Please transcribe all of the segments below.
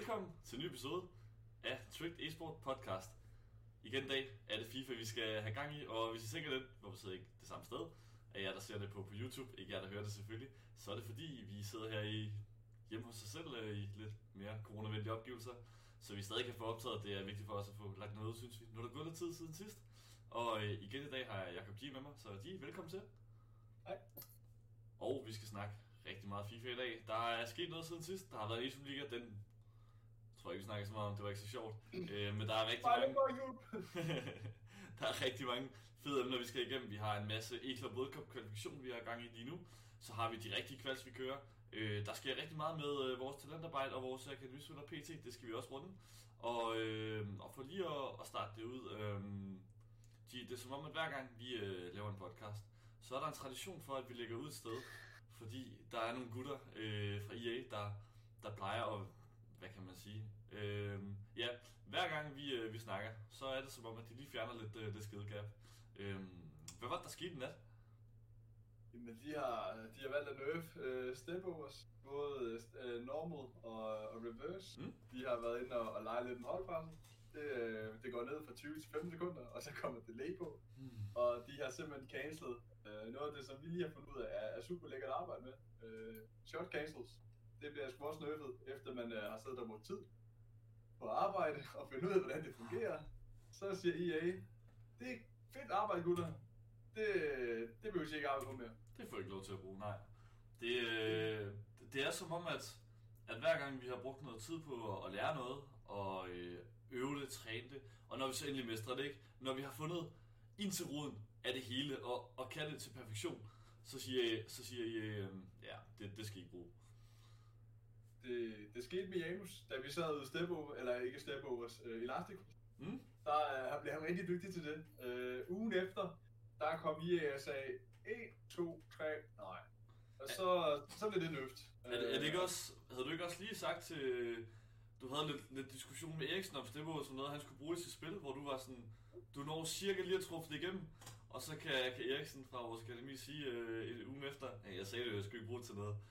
Velkommen til en ny episode af Tricked Esport Podcast. Igen i dag er det FIFA, vi skal have gang i, og hvis I tænker lidt, hvorfor sidder I ikke det samme sted, af jer, der ser det på YouTube, ikke jer, der hører det selvfølgelig, så er det fordi, vi sidder her hjemme hos os selv i lidt mere coronavenlige opgivelser, så vi stadig kan få optaget. Det er vigtigt for os at få lagt noget ud, synes vi. Nu er der gået lidt tid siden sidst, og igen i dag har jeg Jacob G med mig, så G, velkommen til. Hej. Og vi skal snakke rigtig meget FIFA i dag. Der er sket noget siden sidst. Der har været en Liga, den tror jeg ikke, vi snakker så meget om, det var ikke så sjovt. Men der er rigtig mange fede emner, vi skal igennem. Vi har en masse E-Club World Cup kvalifikation, vi har gang i lige nu. Så har vi de rigtige kvalds, vi kører. Der sker rigtig meget med vores talentarbejde og vores akademispiller PT. Det skal vi også runde. Og for lige at starte det ud. Det er som om, at hver gang vi laver en podcast, så er der en tradition for, at vi lægger ud et sted. Fordi der er nogle gutter fra EA, der plejer at, hvad kan man sige, hver gang vi snakker, så er det som om, at de lige fjerner lidt det skidegab. Hvad var det, der skete i nat? Jamen, de har valgt at nerf stepovers, både normal og reverse. De har været inde og lege lidt en holdpresse. Det går ned fra 20 til 15 sekunder, og så kommer delay på. Og de har simpelthen cancelet noget af det, som vi lige har fundet ud af, er super lækkert at arbejde med. Shot cancels. Det bliver sgu også nerfet, efter man har siddet der mod tid på arbejde og finde ud af, hvordan det fungerer. Så siger EA, det er fedt arbejde, gutter. Det vil vi ikke arbejde på mere. Det får ikke lov til at bruge, nej. Det er som om, at hver gang vi har brugt noget tid på at lære noget, og øve det, træne det, og når vi så endelig mestrer det, ikke? Når vi har fundet ind til roden af det hele, og kan det til perfektion, så siger I, det skal I ikke bruge. Det skete med Janus, da vi sad ude stepover, eller ikke stepovers, Elastic. Der blev han rigtig dygtig til det. Ugen efter, der kom EA og sagde 1, 2, 3, nej. Og så blev det nøft. Er det ikke også, havde du ikke også lige sagt til, du havde lidt diskussion med Eriksen om stepovers som noget, han skulle bruge i sit spil, hvor du var sådan, du når cirka lige at truffe det igennem, og så kan Eriksen fra vores akademi sige en uge efter, jeg sagde det, jeg skulle ikke bruge det til noget.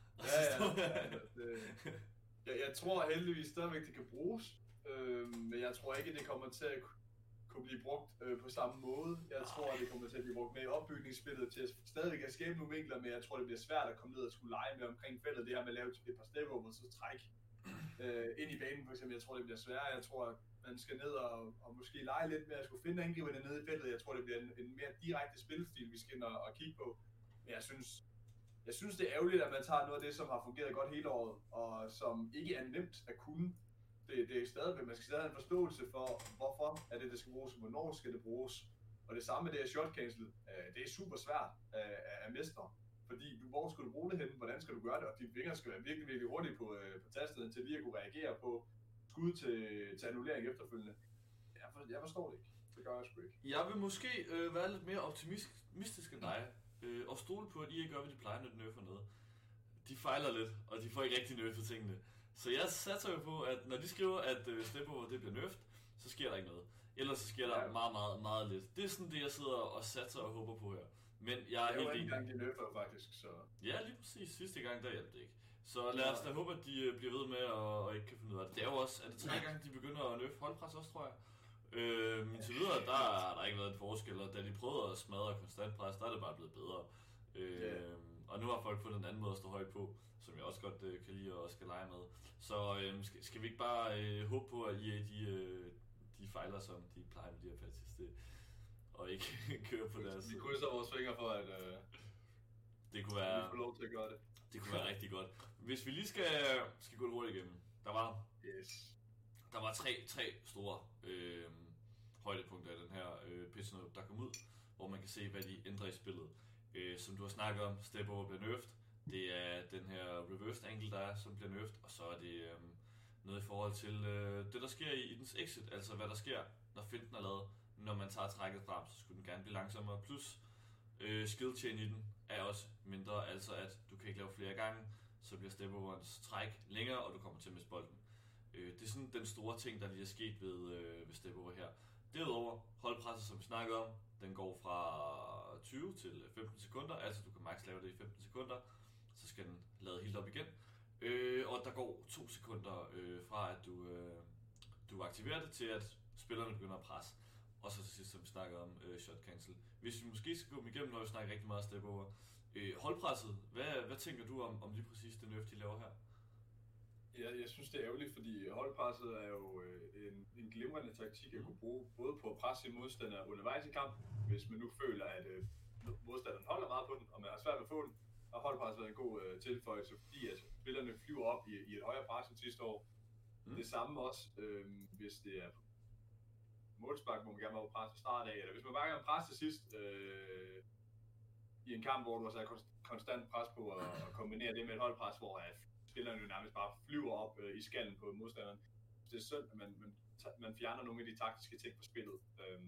Jeg tror heldigvis stadigvæk, det kan bruges, men jeg tror ikke, det kommer til at kunne blive brugt på samme måde. Jeg tror, det kommer til at blive brugt med i opbygningsspillet til at stadigvæk at skabe nogle vinkler, men jeg tror, det bliver svært at komme ned og skulle lege med omkring feltet. Det her med at lave et par stepovers og så træk ind i banen for eksempel. Jeg tror, det bliver sværere. Jeg tror, at man skal ned og måske lege lidt med at skulle finde angriberne nede i feltet. Jeg tror, det bliver en mere direkte spilstil, vi skal ind og kigge på. Men jeg synes, det er ærgerligt, at man tager noget af det, som har fungeret godt hele året, og som ikke er nemt at kunne. Det er stadigvæk, man skal stadig have en forståelse for, hvorfor er det skal bruges, og hvornår skal det bruges. Og det samme med det er shot cancel. Det er super svært at mestre, fordi hvor skal du bruge det henne, hvordan skal du gøre det, og dine fingre skal være virkelig, virkelig hurtige på tastet, til lige at kunne reagere på skud til annullering efterfølgende. Jeg forstår det ikke. Det gør jeg sgu ikke. Jeg vil måske være lidt mere optimistisk end dig, og stole på, at I ikke gør, hvad de plejer, når de nerfer noget. De fejler lidt, og de får ikke rigtig nerfet tingene. Så jeg satser jo på, at når de skriver, at stepover det bliver nerfed, så sker der ikke noget. Ellers så sker der meget, meget, meget lidt. Det er sådan det, jeg sidder og satser og håber på her. Men jeg er helt enig. Det er jo en gang, de nerfer faktisk, så... Ja, lige præcis. Sidste gang, der hjalp det ikke. Så lad os da håbe, at de bliver ved med og ikke kan finde ud af det. Det er jo også, er det 3 gange, de begynder at nerfe holdpres også, tror jeg. Men til videre, der har der ikke været en forskel, og da de prøvede at smadre konstant pres, der er det bare blevet bedre. Og nu har folk fundet en anden måde at stå højt på, som jeg også godt kan lide og skal lege med. Så skal vi ikke bare håbe på, at de fejler, som de plejer med de her patches, og ikke køre på deres... Vi krydser vores fingre for, at det kunne være, vi får lov til at gøre det. Det kunne være rigtig godt. Hvis vi lige skal gå hurtigt igennem. Der var tre store højdepunkter i den her patch, der kom ud, hvor man kan se, hvad de ændrer i spillet. Som du har snakket om, stepover bliver nerfed. Det er den her reversed angle, der er, som bliver nerfed. Og så er det noget i forhold til det, der sker i dens exit. Altså hvad der sker, når finten er lavet. Når man tager trækket frem, så skulle den gerne blive langsommere. Plus skill chain i den er også mindre. Altså at du kan ikke lave flere gange. Så bliver stepoverens træk længere, og du kommer til at miste bolden. Det er sådan den store ting, der lige er sket ved stepover her. Derudover, holdpresset, som vi snakker om, den går fra 20 til 15 sekunder, altså du kan max lave det i 15 sekunder, så skal den lade helt op igen. Og der går 2 sekunder fra, at du aktiverer det, til at spillerne begynder at presse. Og så til sidst, som vi snakkede om, shot cancel. Hvis vi måske skal gå dem igennem, når vi snakker rigtig meget step over. Holdpresset, hvad tænker du om lige præcis det nerf, de laver her? Jeg synes, det er ærgerligt, fordi holdpresset er jo en glimrende taktik at kunne bruge, både på at presse sin modstander undervejs i kampen, hvis man nu føler, at modstanderen holder meget på den, og man har svært ved at få den, og holdpresset er en god tilføjelse, fordi at spillerne flyver op i et højere pres end sidste år. Det samme også, hvis det er målspark, hvor man gerne vil presse fra start af, eller hvis man bare gerne presse til sidst i en kamp, hvor du også har konstant pres på at kombinere det med et holdpres, hvor spillerne jo nærmest bare flyver op i skallen på modstanderen. Det er synd, at man fjerner nogle af de taktiske ting fra spillet.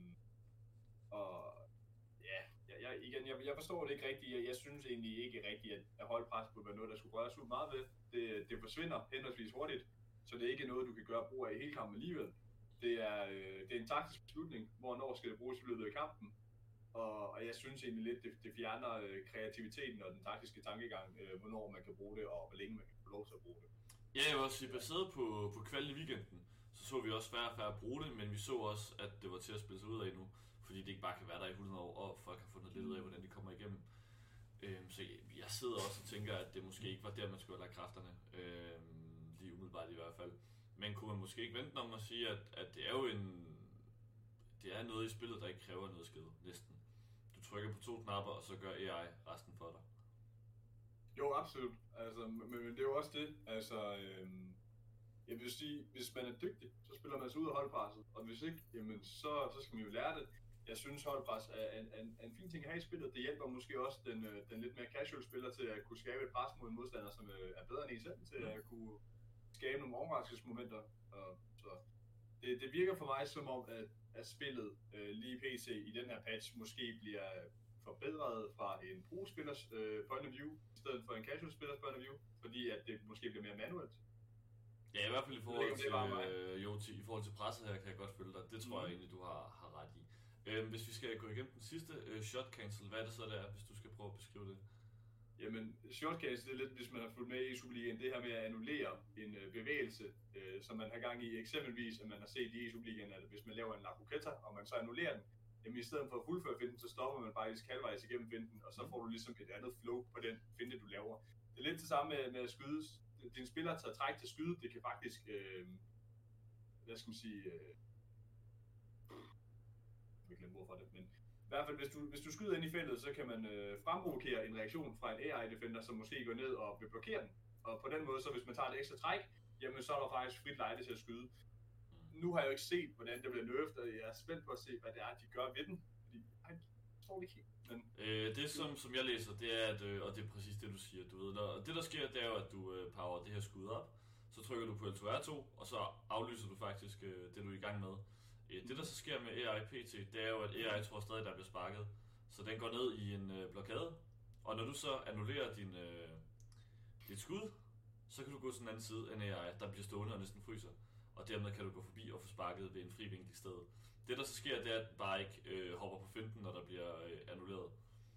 Og ja, jeg forstår det ikke rigtigt. Jeg synes egentlig ikke rigtigt, at holdpres burde være noget, der skulle røres ud meget ved. Det forsvinder henholdsvis hurtigt, så det er ikke noget, du kan gøre brug af i hele kampen alligevel. Det er en taktisk beslutning, hvornår skal det bruges i løbet af kampen. Og jeg synes egentlig lidt, det fjerner kreativiteten og den taktiske tankegang, hvornår man kan bruge det, og hvor længe man kan få lov til at bruge det. Ja, jeg vil også sige, baseret på kvalden i weekenden, så vi også færre og færre bruge det, men vi så også, at det var til at spille sig ud af nu, fordi det ikke bare kan være der i 100 år, og folk har fundet lidt ud af, hvordan de kommer igennem. Så jeg sidder også og tænker, at det måske ikke var der, man skulle have lagt kræfterne, lige umiddelbart i hvert fald. Men kunne man måske ikke vente om at sige, at det er jo det er noget i spillet, der ikke kræver noget skade, næsten. Du trykker på 2 knapper, og så gør AI resten for dig. Jo, absolut. Altså, men det er jo også det. Altså, jeg vil sige, hvis man er dygtig, så spiller man sig ud af holdpresset. Og hvis ikke, jamen, så skal man jo lære det. Jeg synes, holdpres er en fin ting at have i spillet. Det hjælper måske også den lidt mere casual spiller til at kunne skabe et pres mod en modstander, som er bedre end en selv, til at kunne skabe nogle overraskelsesmomenter. Så det virker for mig som om, at spillet lige PC i den her patch måske bliver forbedret fra en pro-spillers point of view, i stedet for en casual spillers point of view, fordi at det måske bliver mere manuelt. Ja, i hvert fald i forhold til presset her, kan jeg godt følge dig. Det tror jeg egentlig, du har ret i. Hvis vi skal gå igennem den sidste shot cancel, hvad er det så, der er, hvis du skal prøve at beskrive det? Jamen, shot cancel er lidt, hvis man har fulgt med i Superligaen, det her med at annullere en bevægelse, som man har gang i. Eksempelvis, at man har set i Superligaen, at hvis man laver en La Croqueta, og man så annullerer den, jamen i stedet for at fuldføre finten, så stopper man faktisk halvvejs igennem finten, og så får du ligesom et andet flow på den finte, du laver. Det er lidt det samme med at skyde. Din spiller tager træk til skyde, det kan faktisk, hvad skal man sige, jeg vil glemme ord fra det, men i hvert fald, hvis du skyder ind i feltet, så kan man fremprovokere en reaktion fra en AI-defender, som måske går ned og vil blokere den. Og på den måde, så hvis man tager et ekstra træk, jamen så er der faktisk frit lejde til at skyde. Nu har jeg jo ikke set, hvordan det bliver nerfed, og jeg er spændt på at se, hvad det er, de gør ved den. Fordi jeg forstår det ikke helt. Men det som jeg læser, det er, og det er præcis det, du siger. Du ved, og det der sker, det er jo, at du power det her skud op. Så trykker du på L2R2, og så aflyser du faktisk det, du er i gang med. Det der så sker med AI PT, det er jo, at AI tror stadig, der bliver sparket. Så den går ned i en blokade, og når du så annullerer dit skud, så kan du gå til den anden side end AI, der bliver stående og næsten fryser. Og dermed kan du gå forbi og få sparket ved en fri vinkel i stedet. Det der så sker, det er, at bare ikke hopper på finten, når der bliver annulleret.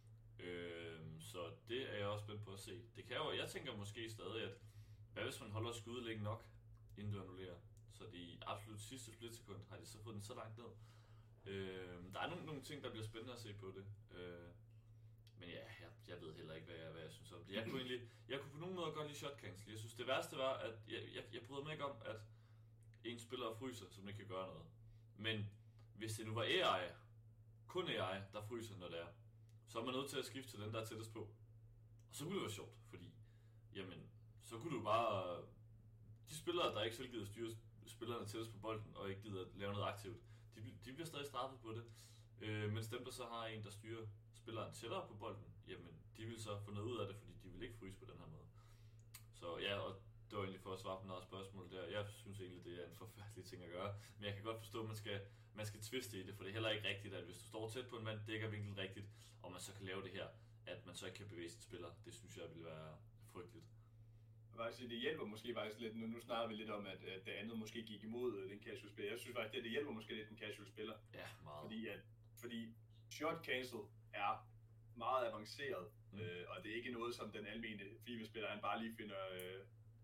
Så det er jeg også spændt på at se. Det kan jo, jeg tænker måske stadig, at hvad hvis man holder skuddet længe nok, inden du annullerer? Så de absolut sidste splitsekund har de så fået den så langt ned. Der er nogle ting, der bliver spændende at se på det. Men ja, jeg ved heller ikke, hvad jeg synes om det. Jeg kunne på nogen måde godt lide shot cancel. Jeg synes, det værste var, at jeg bryder mig ikke om, at en spiller fryser, som ikke kan gøre noget. Men hvis det nu var AI, kun AI, der fryser, når det er, så er man nødt til at skifte til den, der er tættest på. Og så kunne det være sjovt, fordi jamen, så kunne du bare... De spillere, der ikke selv gider styre spillerne tættest på bolden, og ikke gider lave noget aktivt, de bliver stadig straffet på det. Mens dem, der så har en, der styrer spilleren tættere på bolden, jamen, de vil så få noget ud af det, fordi de vil ikke fryse på den her måde. Så ja, og det var egentlig for at svare på noget spørgsmål der. Jeg synes egentlig, det er en forfærdelig ting at gøre, men jeg kan godt forstå, at man skal twiste i det, for det er heller ikke rigtigt, at hvis du står tæt på en mand, dækker vinklen rigtigt, og man så kan lave det her, at man så ikke kan bevæge sin spiller. Det synes jeg ville være frygteligt. Det hjælper måske faktisk lidt, nu snakker vi lidt om, at det andet måske gik imod den casual spiller. Jeg synes faktisk, at det hjælper måske lidt den casual spiller. Ja, meget. Fordi shot cancel er meget avanceret, og det er ikke noget, som den almene FIFA-spiller, han bare lige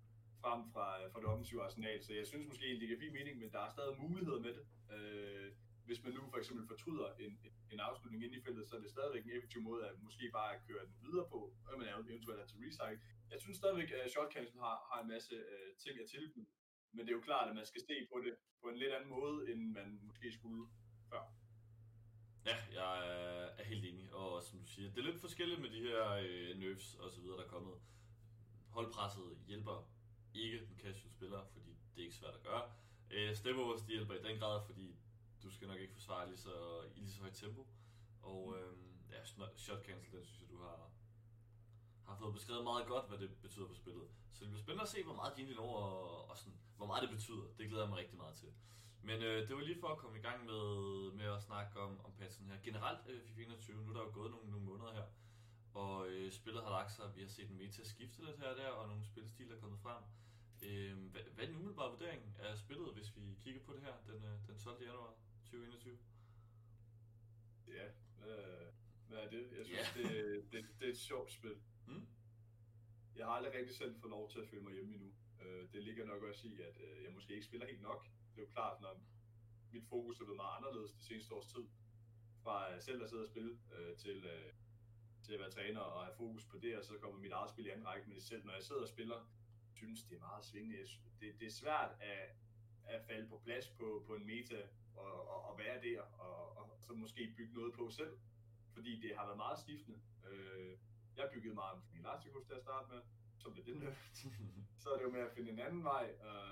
frem fra det offensive arsenal, så jeg synes måske egentlig, det giver fin mening, men der er stadig muligheder med det. Hvis man nu for eksempel fortryder en afslutning inde i feltet, så er det stadigvæk en effektiv måde at måske bare køre den videre på, og man eventuelt er til recycle. Jeg synes stadigvæk, at shot cancel har en masse ting at tilbyde, men det er jo klart, at man skal se på det på en lidt anden måde, end man måske skulle før. Ja, jeg er helt enig, og som du siger, det er lidt forskelligt med de her nerfs og så videre, der er kommet. Holdpresset hjælper ikke den casual spiller, fordi det er ikke svært at gøre. Stepovers, de hjælper i den grad, fordi du skal nok ikke forsvare lige så højt tempo. Og shot cancel, den synes jeg, du har fået beskrevet meget godt, hvad det betyder på spillet. Så det bliver spændende at se, hvor meget de egentlig når, og sådan, hvor meget det betyder. Det glæder jeg mig rigtig meget til. Men det var lige for at komme i gang med at snakke om patchen her. Generelt FIFA 21, nu er der jo gået nogle måneder her, og spillet har lagt sig, vi har set en meta skifte lidt her og der, og nogle spilstil er kommet frem. Hvad er den umiddelbare vurdering af spillet, hvis vi kigger på det her, den 12. januar 2021? Ja, hvad er det? Jeg synes, det er et sjovt spil. Jeg har aldrig rigtig selv fået lov til at føle mig hjemme endnu. Det ligger nok også i, at jeg måske ikke spiller helt nok. Det er jo klart, når mit fokus er blevet meget anderledes det seneste års tid. Fra selv at sidde og spille til at være træner og have fokus på det, og så kommer mit eget spil i anden række. Men selv når jeg sidder og spiller, synes det er meget svingende. Det er svært at falde på plads på en meta og være der, og så måske bygge noget på selv. Fordi det har været meget skiftende. Jeg byggede meget om min Elasticus til at starte med, så blev det nødt. Så er det jo med at finde en anden vej.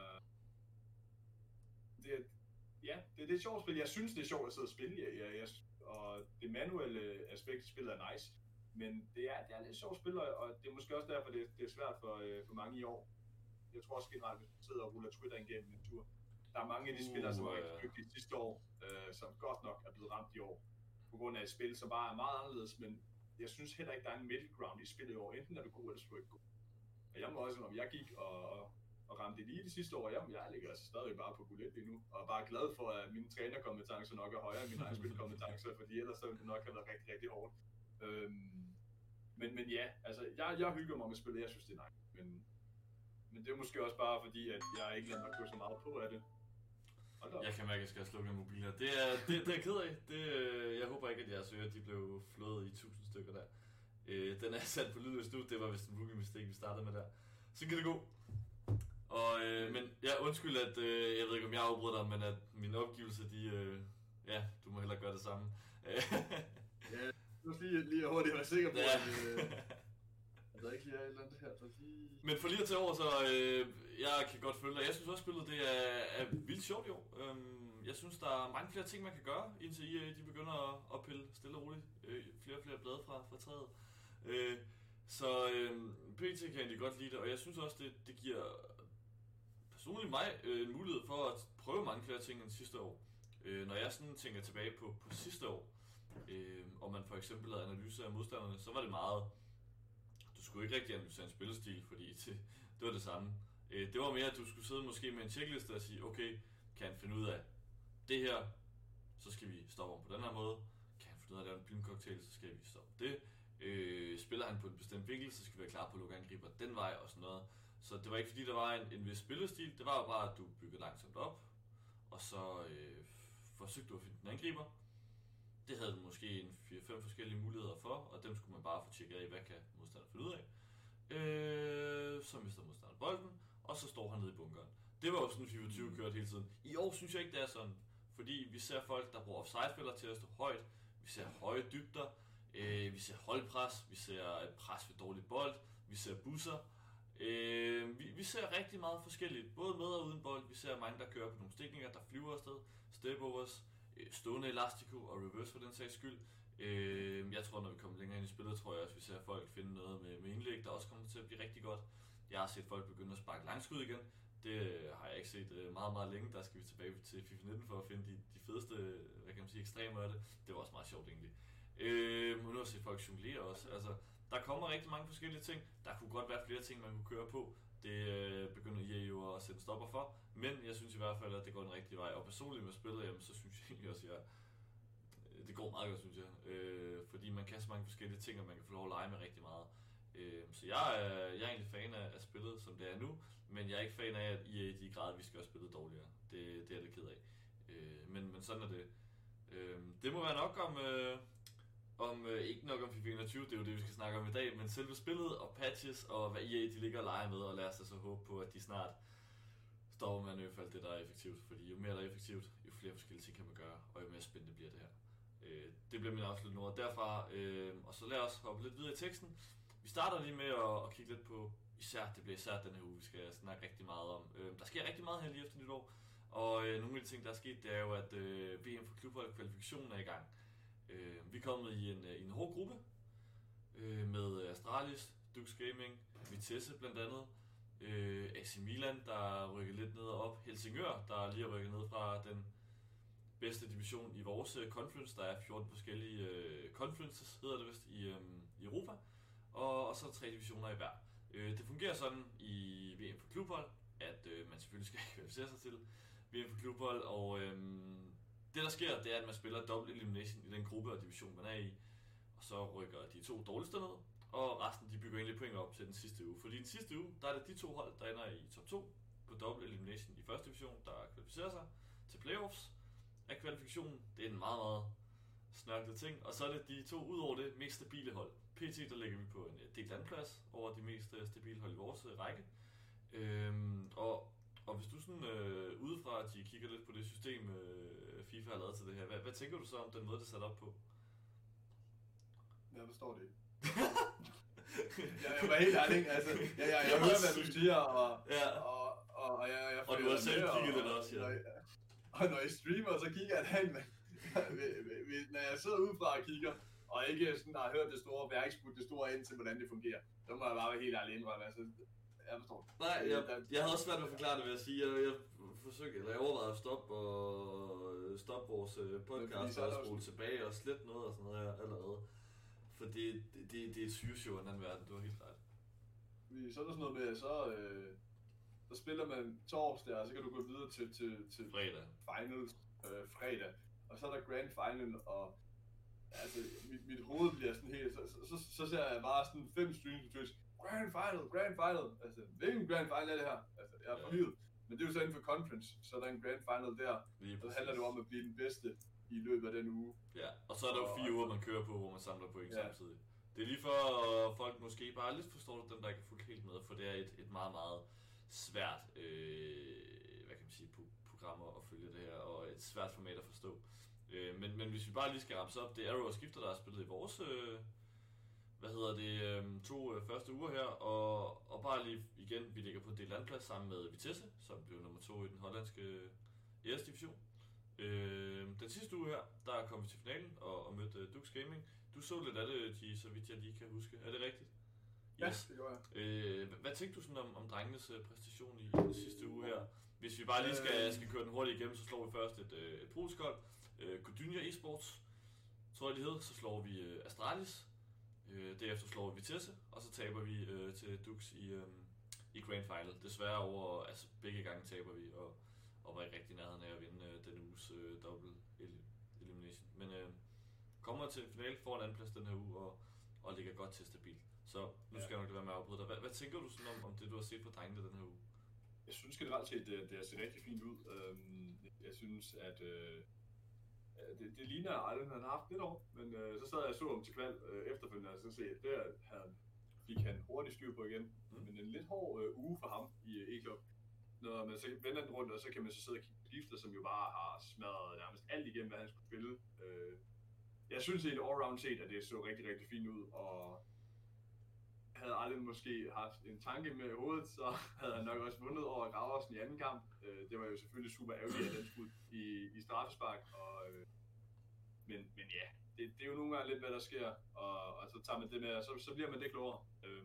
Det er et sjovt spil. Jeg synes, det er sjovt at sidde og spille, og det manuelle aspekt i spillet er nice. Men det er lidt sjovt spil, og det er måske også derfor, det er svært for mange i år. Jeg tror også generelt, hvis man sidder og ruller Twitter igennem en tur. Der er mange af de spillere, som var rigtig dygtige sidste år, som godt nok er blevet ramt i år. På grund af et spil, som bare er meget anderledes, men jeg synes heller ikke, der er en middle ground i spillet i år. Enten er du god, eller så er du ikke god. Og jeg må også, når jeg gik og ramte elite sidste år, jeg ligger altså stadig bare på bullet lige nu, og er bare glad for, at mine trænerkompetencer nok er højere end mine egne spilkompetencer, fordi ellers så ville det nok have været rigtig, rigtig hårdt. Men ja, altså, jeg hygger mig med spillet, jeg synes det er nice, men det er måske også bare fordi, at jeg ikke lader mig gå så meget på af det. Jeg kan mærke, at jeg skal slukke min mobil her. Det er jeg ked af. Jeg håber ikke, at jeres ører de blev flået i 1000 stykker der. Den er sat på lydløs nu. Det var vist en rookie mistake, vi startede med der. Så kan det gå. Men ja, undskyld, at jeg ved ikke, om jeg afbryder dig, men at mine opgivelser, du må hellere gøre det samme. Ja, du må lige hurtigt være sikker på, at der ikke lige er et eller andet her, der lige... Men for lige at tage over, så jeg kan godt følge dig. Jeg synes også, spillet det er vildt sjovt i år. Jeg synes, der er mange flere ting, man kan gøre, indtil de begynder at pille stille og roligt flere og flere blade fra træet. Så PT kan egentlig godt lide det, og jeg synes også, det giver personligt mig en mulighed for at prøve mange flere ting end sidste år. Når jeg sådan tænker tilbage på sidste år, og man for eksempel lavede analyse af modstanderne, så var det meget... Du skulle ikke rigtig analysere en spillestil, fordi det var det samme. Det var mere, at du skulle sidde måske med en checkliste og sige, okay, kan han finde ud af det her, så skal vi stoppe om på den her måde. Kan han finde ud af at lave en blindcocktail, så skal vi stoppe det. Spiller han på en bestemt vinkel, så skal vi være klar på at lukke angriber den vej og sådan noget. Så det var ikke fordi, der var en vis spillestil. Det var jo bare, at du byggede langsomt op, og så forsøgte du at finde den angriber. Det havde du måske en 4-5 forskellige muligheder for, og dem skulle man bare få tjekket af, hvad kan modstanderen finde ud af. Så mister modstanderen bolden, og så står han nede i bunkeren. Det var jo sådan, FIFA 20 kørt hele tiden. I år synes jeg ikke, det er sådan, fordi vi ser folk, der bruger offside-spillere til at stå højt. Vi ser høje dybder, vi ser holdpres, vi ser pres ved dårlig bold, vi ser busser. Vi ser rigtig meget forskelligt, både med og uden bold. Vi ser mange, der kører på nogle stikninger, der flyver afsted, stepovers, stående elastico og reverse for den sags skyld. Jeg tror, når vi kommer længere ind i spillet, tror jeg også, vi ser folk finde noget med indlæg, der også kommer til at blive rigtig godt. Jeg har set folk begynde at sparke langskud igen. Det har jeg ikke set meget, meget længe. Der skal vi tilbage til FIFA 19 for at finde de fedeste, hvad kan man sige, ekstremer af det. Det var også meget sjovt egentlig. Nu har jeg set folk jonglere også. Altså, der kommer rigtig mange forskellige ting. Der kunne godt være flere ting, man kunne køre på. Det begynder EA jo at sætte stopper for. Men jeg synes i hvert fald, at det går den rigtige vej. Og personligt med spillet, jamen, så synes jeg egentlig også, at det går meget godt, synes jeg. Fordi man kan så mange forskellige ting, og man kan få lov at lege med rigtig meget. Så jeg er egentlig fan af spillet, som det er nu, men jeg er ikke fan af, at EA de gradvist gør spillet dårligere. Det er jeg lidt ked af. Men sådan er det. Det må være nok om ikke nok om FIFA 21, det er jo det, vi skal snakke om i dag, men selve spillet og patches og hvad EA de ligger og leger med, og lad os da så håbe på, at de snart stopper med at nerfe alt det, der er effektivt. Fordi jo mere der er effektivt, jo flere forskellige ting kan man gøre, og jo mere spændende bliver det her. Det bliver min afslutning ord derfra, og så lad os hoppe lidt videre i teksten. Vi starter lige med at kigge lidt på, det bliver især den her uge, vi skal snakke rigtig meget om. Der sker rigtig meget her lige efter nytår, og nogle af de ting, der er sket, det er jo, at VM for klubhold kvalifikationen er i gang. Vi er kommet i en hård gruppe med Astralis, Dux Gaming, Vitesse blandt andet, AC Milan, der rykker lidt ned og op, Helsingør, der lige er rykket ned fra den bedste division i vores conference. Der er 14 forskellige conferences, hedder det vist, i Europa, og så 3 divisioner i hver. Det fungerer sådan i VM for klubhold, at man selvfølgelig skal kvalificere sig til VM for klubhold, og det der sker, det er, at man spiller double elimination i den gruppe og division, man er i, og så rykker de 2 dårligste ned, og resten de bygger egentlig point op til den sidste uge. Fordi den sidste uge, der er det de 2 hold, der ender i top 2 på double elimination i første division, der kvalificerer sig til playoffs af kvalifikationen. Det er en meget, meget snørklet ting, og så er det de 2 ud over det mest stabile hold. PT, der ligger vi på en delt andenplads over de mest stabile hold i vores række. Og hvis du sådan udefra, at de kigger lidt på det system, FIFA har lavet til det her, hvad tænker du så om den måde, det er sat op på? Jeg forstår det ikke. jeg var helt ærlig, altså, jeg hører, hvad du siger, og jeg og du har selv kigget lidt også, ja. Og når jeg streamer, så kigger jeg derhen, når jeg sidder udefra og kigger, og ikke sådan har hørt det store værksbud, det store ind til, hvordan det fungerer, så må jeg bare være helt ærlig indrømme, altså, jeg forstår det. Nej, jeg havde også svært ved at forklare det ved at sige, jeg overvejede at stoppe vores podcast og spole tilbage og slette noget og sådan noget her allerede. For det er et sygeshow i en anden verden, du har helt ret. Så er der sådan noget med, så spiller man torsdag, og så kan du gå videre til fredag. Finals fredag. Og så er der Grand Final, og altså, mit hoved bliver sådan helt, så ser jeg bare sådan 5 streams på Twitch. Grand Final! Altså, hvilken Grand Final er det her? Altså, jeg er forvirret. Men det er jo så inden for conference, så er der en Grand Final der. Så handler det om at blive den bedste i løbet af den uge. Ja, og så er der jo 4 uger, man kører på, hvor man samler point samtidig. Det er lige for, at folk måske bare lidt forstår dem, der ikke er fuldt helt med, for det er et meget, meget svært hvad kan man sige, program at følge det her, og et svært format at forstå. Men hvis vi bare lige skal ramse op, det er Arrow og Skifter, der har spillet i vores 2 første uger her, og bare lige igen, vi ligger på delt andenplads sammen med Vitesse, som blev nummer 2 i den hollandske æresdivision. Den sidste uge her, der kom vi til finalen og mødte Dux Gaming. Du så lidt af det, så vidt jeg lige kan huske. Er det rigtigt? Yes. Ja, det gør jeg. Hvad tænkte du sådan om drengenes præstation i den sidste uge her? Hvis vi bare lige skal køre den hurtigt igennem, så slår vi først et polsk hold. Gdynia Esports, tror jeg det hed. Så slår vi Astralis. Derefter slår vi Vitesse, og så taber vi til Dux i Grand Final. Desværre altså begge gange taber vi, og var ikke rigtig nærheden af at vinde den uges double elimination. Men kommer til en finale, får en anden plads den her uge, og ligger godt til stabilt. Så nu skal jeg nok være med at afbryde dig. Hvad tænker du sådan om det, du har set på drengene den her uge? Jeg synes generelt set, det har set rigtig fint ud. Jeg synes, at det ligner Arlen, han har haft lidt år, men så sad jeg og så ham til kval efterfølgende, og så se, at der fik han hurtigt styr på igen. Men en lidt hård uge for ham i E-Club. Når man så vender den rundt, og så kan man så sidde og kigge på Skifter, som jo bare har smadret nærmest alt igennem, hvad han skulle spille. Jeg synes egentlig all-round set, at det så rigtig, rigtig fint ud, og havde Arlen måske haft en tanke med i hovedet, så havde han nok også vundet over Graversen i anden kamp. Det var jo selvfølgelig super ærgerligt, at den skulle i straffespark, men ja, det er jo nogle gange lidt, hvad der sker, og så tager man det med, og så bliver man det klogere.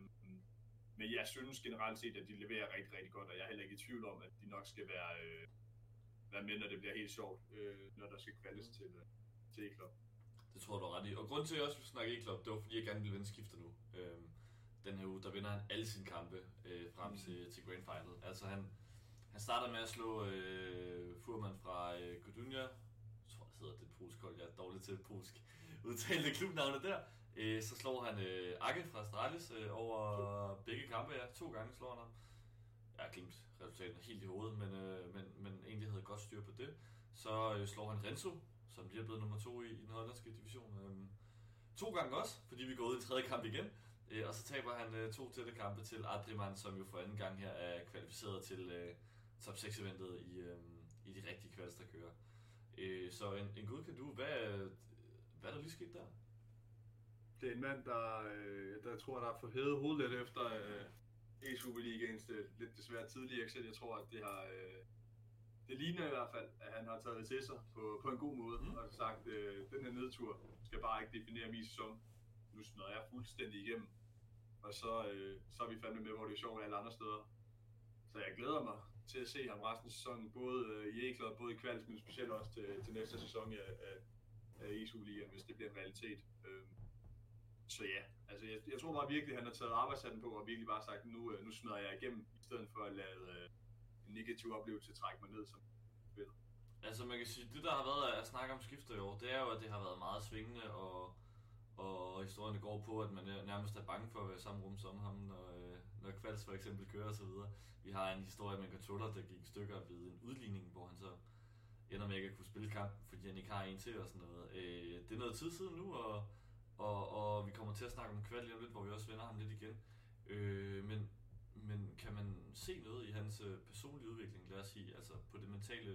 Men jeg synes generelt set, at de leverer rigtig, rigtig godt, og jeg er heller ikke i tvivl om, at de nok skal være med, når det bliver helt sjovt, når der skal kvaldes til E-Club. Det tror du er ret i. Og grunden til, at jeg også vil snakke E-Club, det var fordi, jeg gerne ville vinde Skifter nu. Den her uge, der vinder han alle sine kampe frem til Grand Final. Altså han starter med at slå Furman fra Gdynia. Jeg tror, det hedder det polsk hold. Jeg er dårlig til polsk udtale klubnavnet der. Så slår han Akke fra Astralis over begge kampe, ja. 2 gange slår han ham. Jeg har glemt resultaten helt i hovedet, men egentlig havde godt styr på det. Så slår han Renzo, som lige er blevet nummer 2 i den hollandske division. 2 gange også, fordi vi går ud i 3. kamp igen. Og så taber han 2 tætte kampe til Adriman, som jo for anden gang her er kvalificeret til top 6-eventet i de rigtige kvalds, der kører. Så en god kan du. Hvad er der lige sket der? Det er en mand, der tror, der er for hævet hovedet lidt efter E-Superligaens lidt desværre tidlige exit. Jeg tror, at det ligner i hvert fald, at han har taget det til sig på en god måde, og sagt, den her nedtur skal bare ikke definere min sæson. Nu smadrer jeg fuldstændig igennem, og så er vi fandme med, hvor det er sjovt alle andre steder. Så jeg glæder mig til at se ham resten af sæsonen, både i E-Club, både i Kvals, men specielt også til næste sæson af E-Superligaen, hvis det bliver en realitet. Så ja, altså jeg tror bare virkelig, at han har taget arbejdshatten på og virkelig bare sagt, nu smadrer jeg igennem, i stedet for at lade en negativ oplevelse trække mig ned som spiller. Altså man kan sige, det der har været at snakke om skifter i år, det er jo, at det har været meget svingende, og historierne går på, at man nærmest er bange for at være i samme rum som ham, når Kvals for eksempel kører og så videre. Vi har en historie med en controller, der gik stykker ved en udligning, hvor han så ender med ikke at kunne spille kampen, fordi han ikke har en til og sådan noget. Det er noget tid siden nu, og vi kommer til at snakke om Kvalt lige om lidt, hvor vi også vender ham lidt igen. Men kan man se noget i hans personlige udvikling, lad os sige, altså på det mentale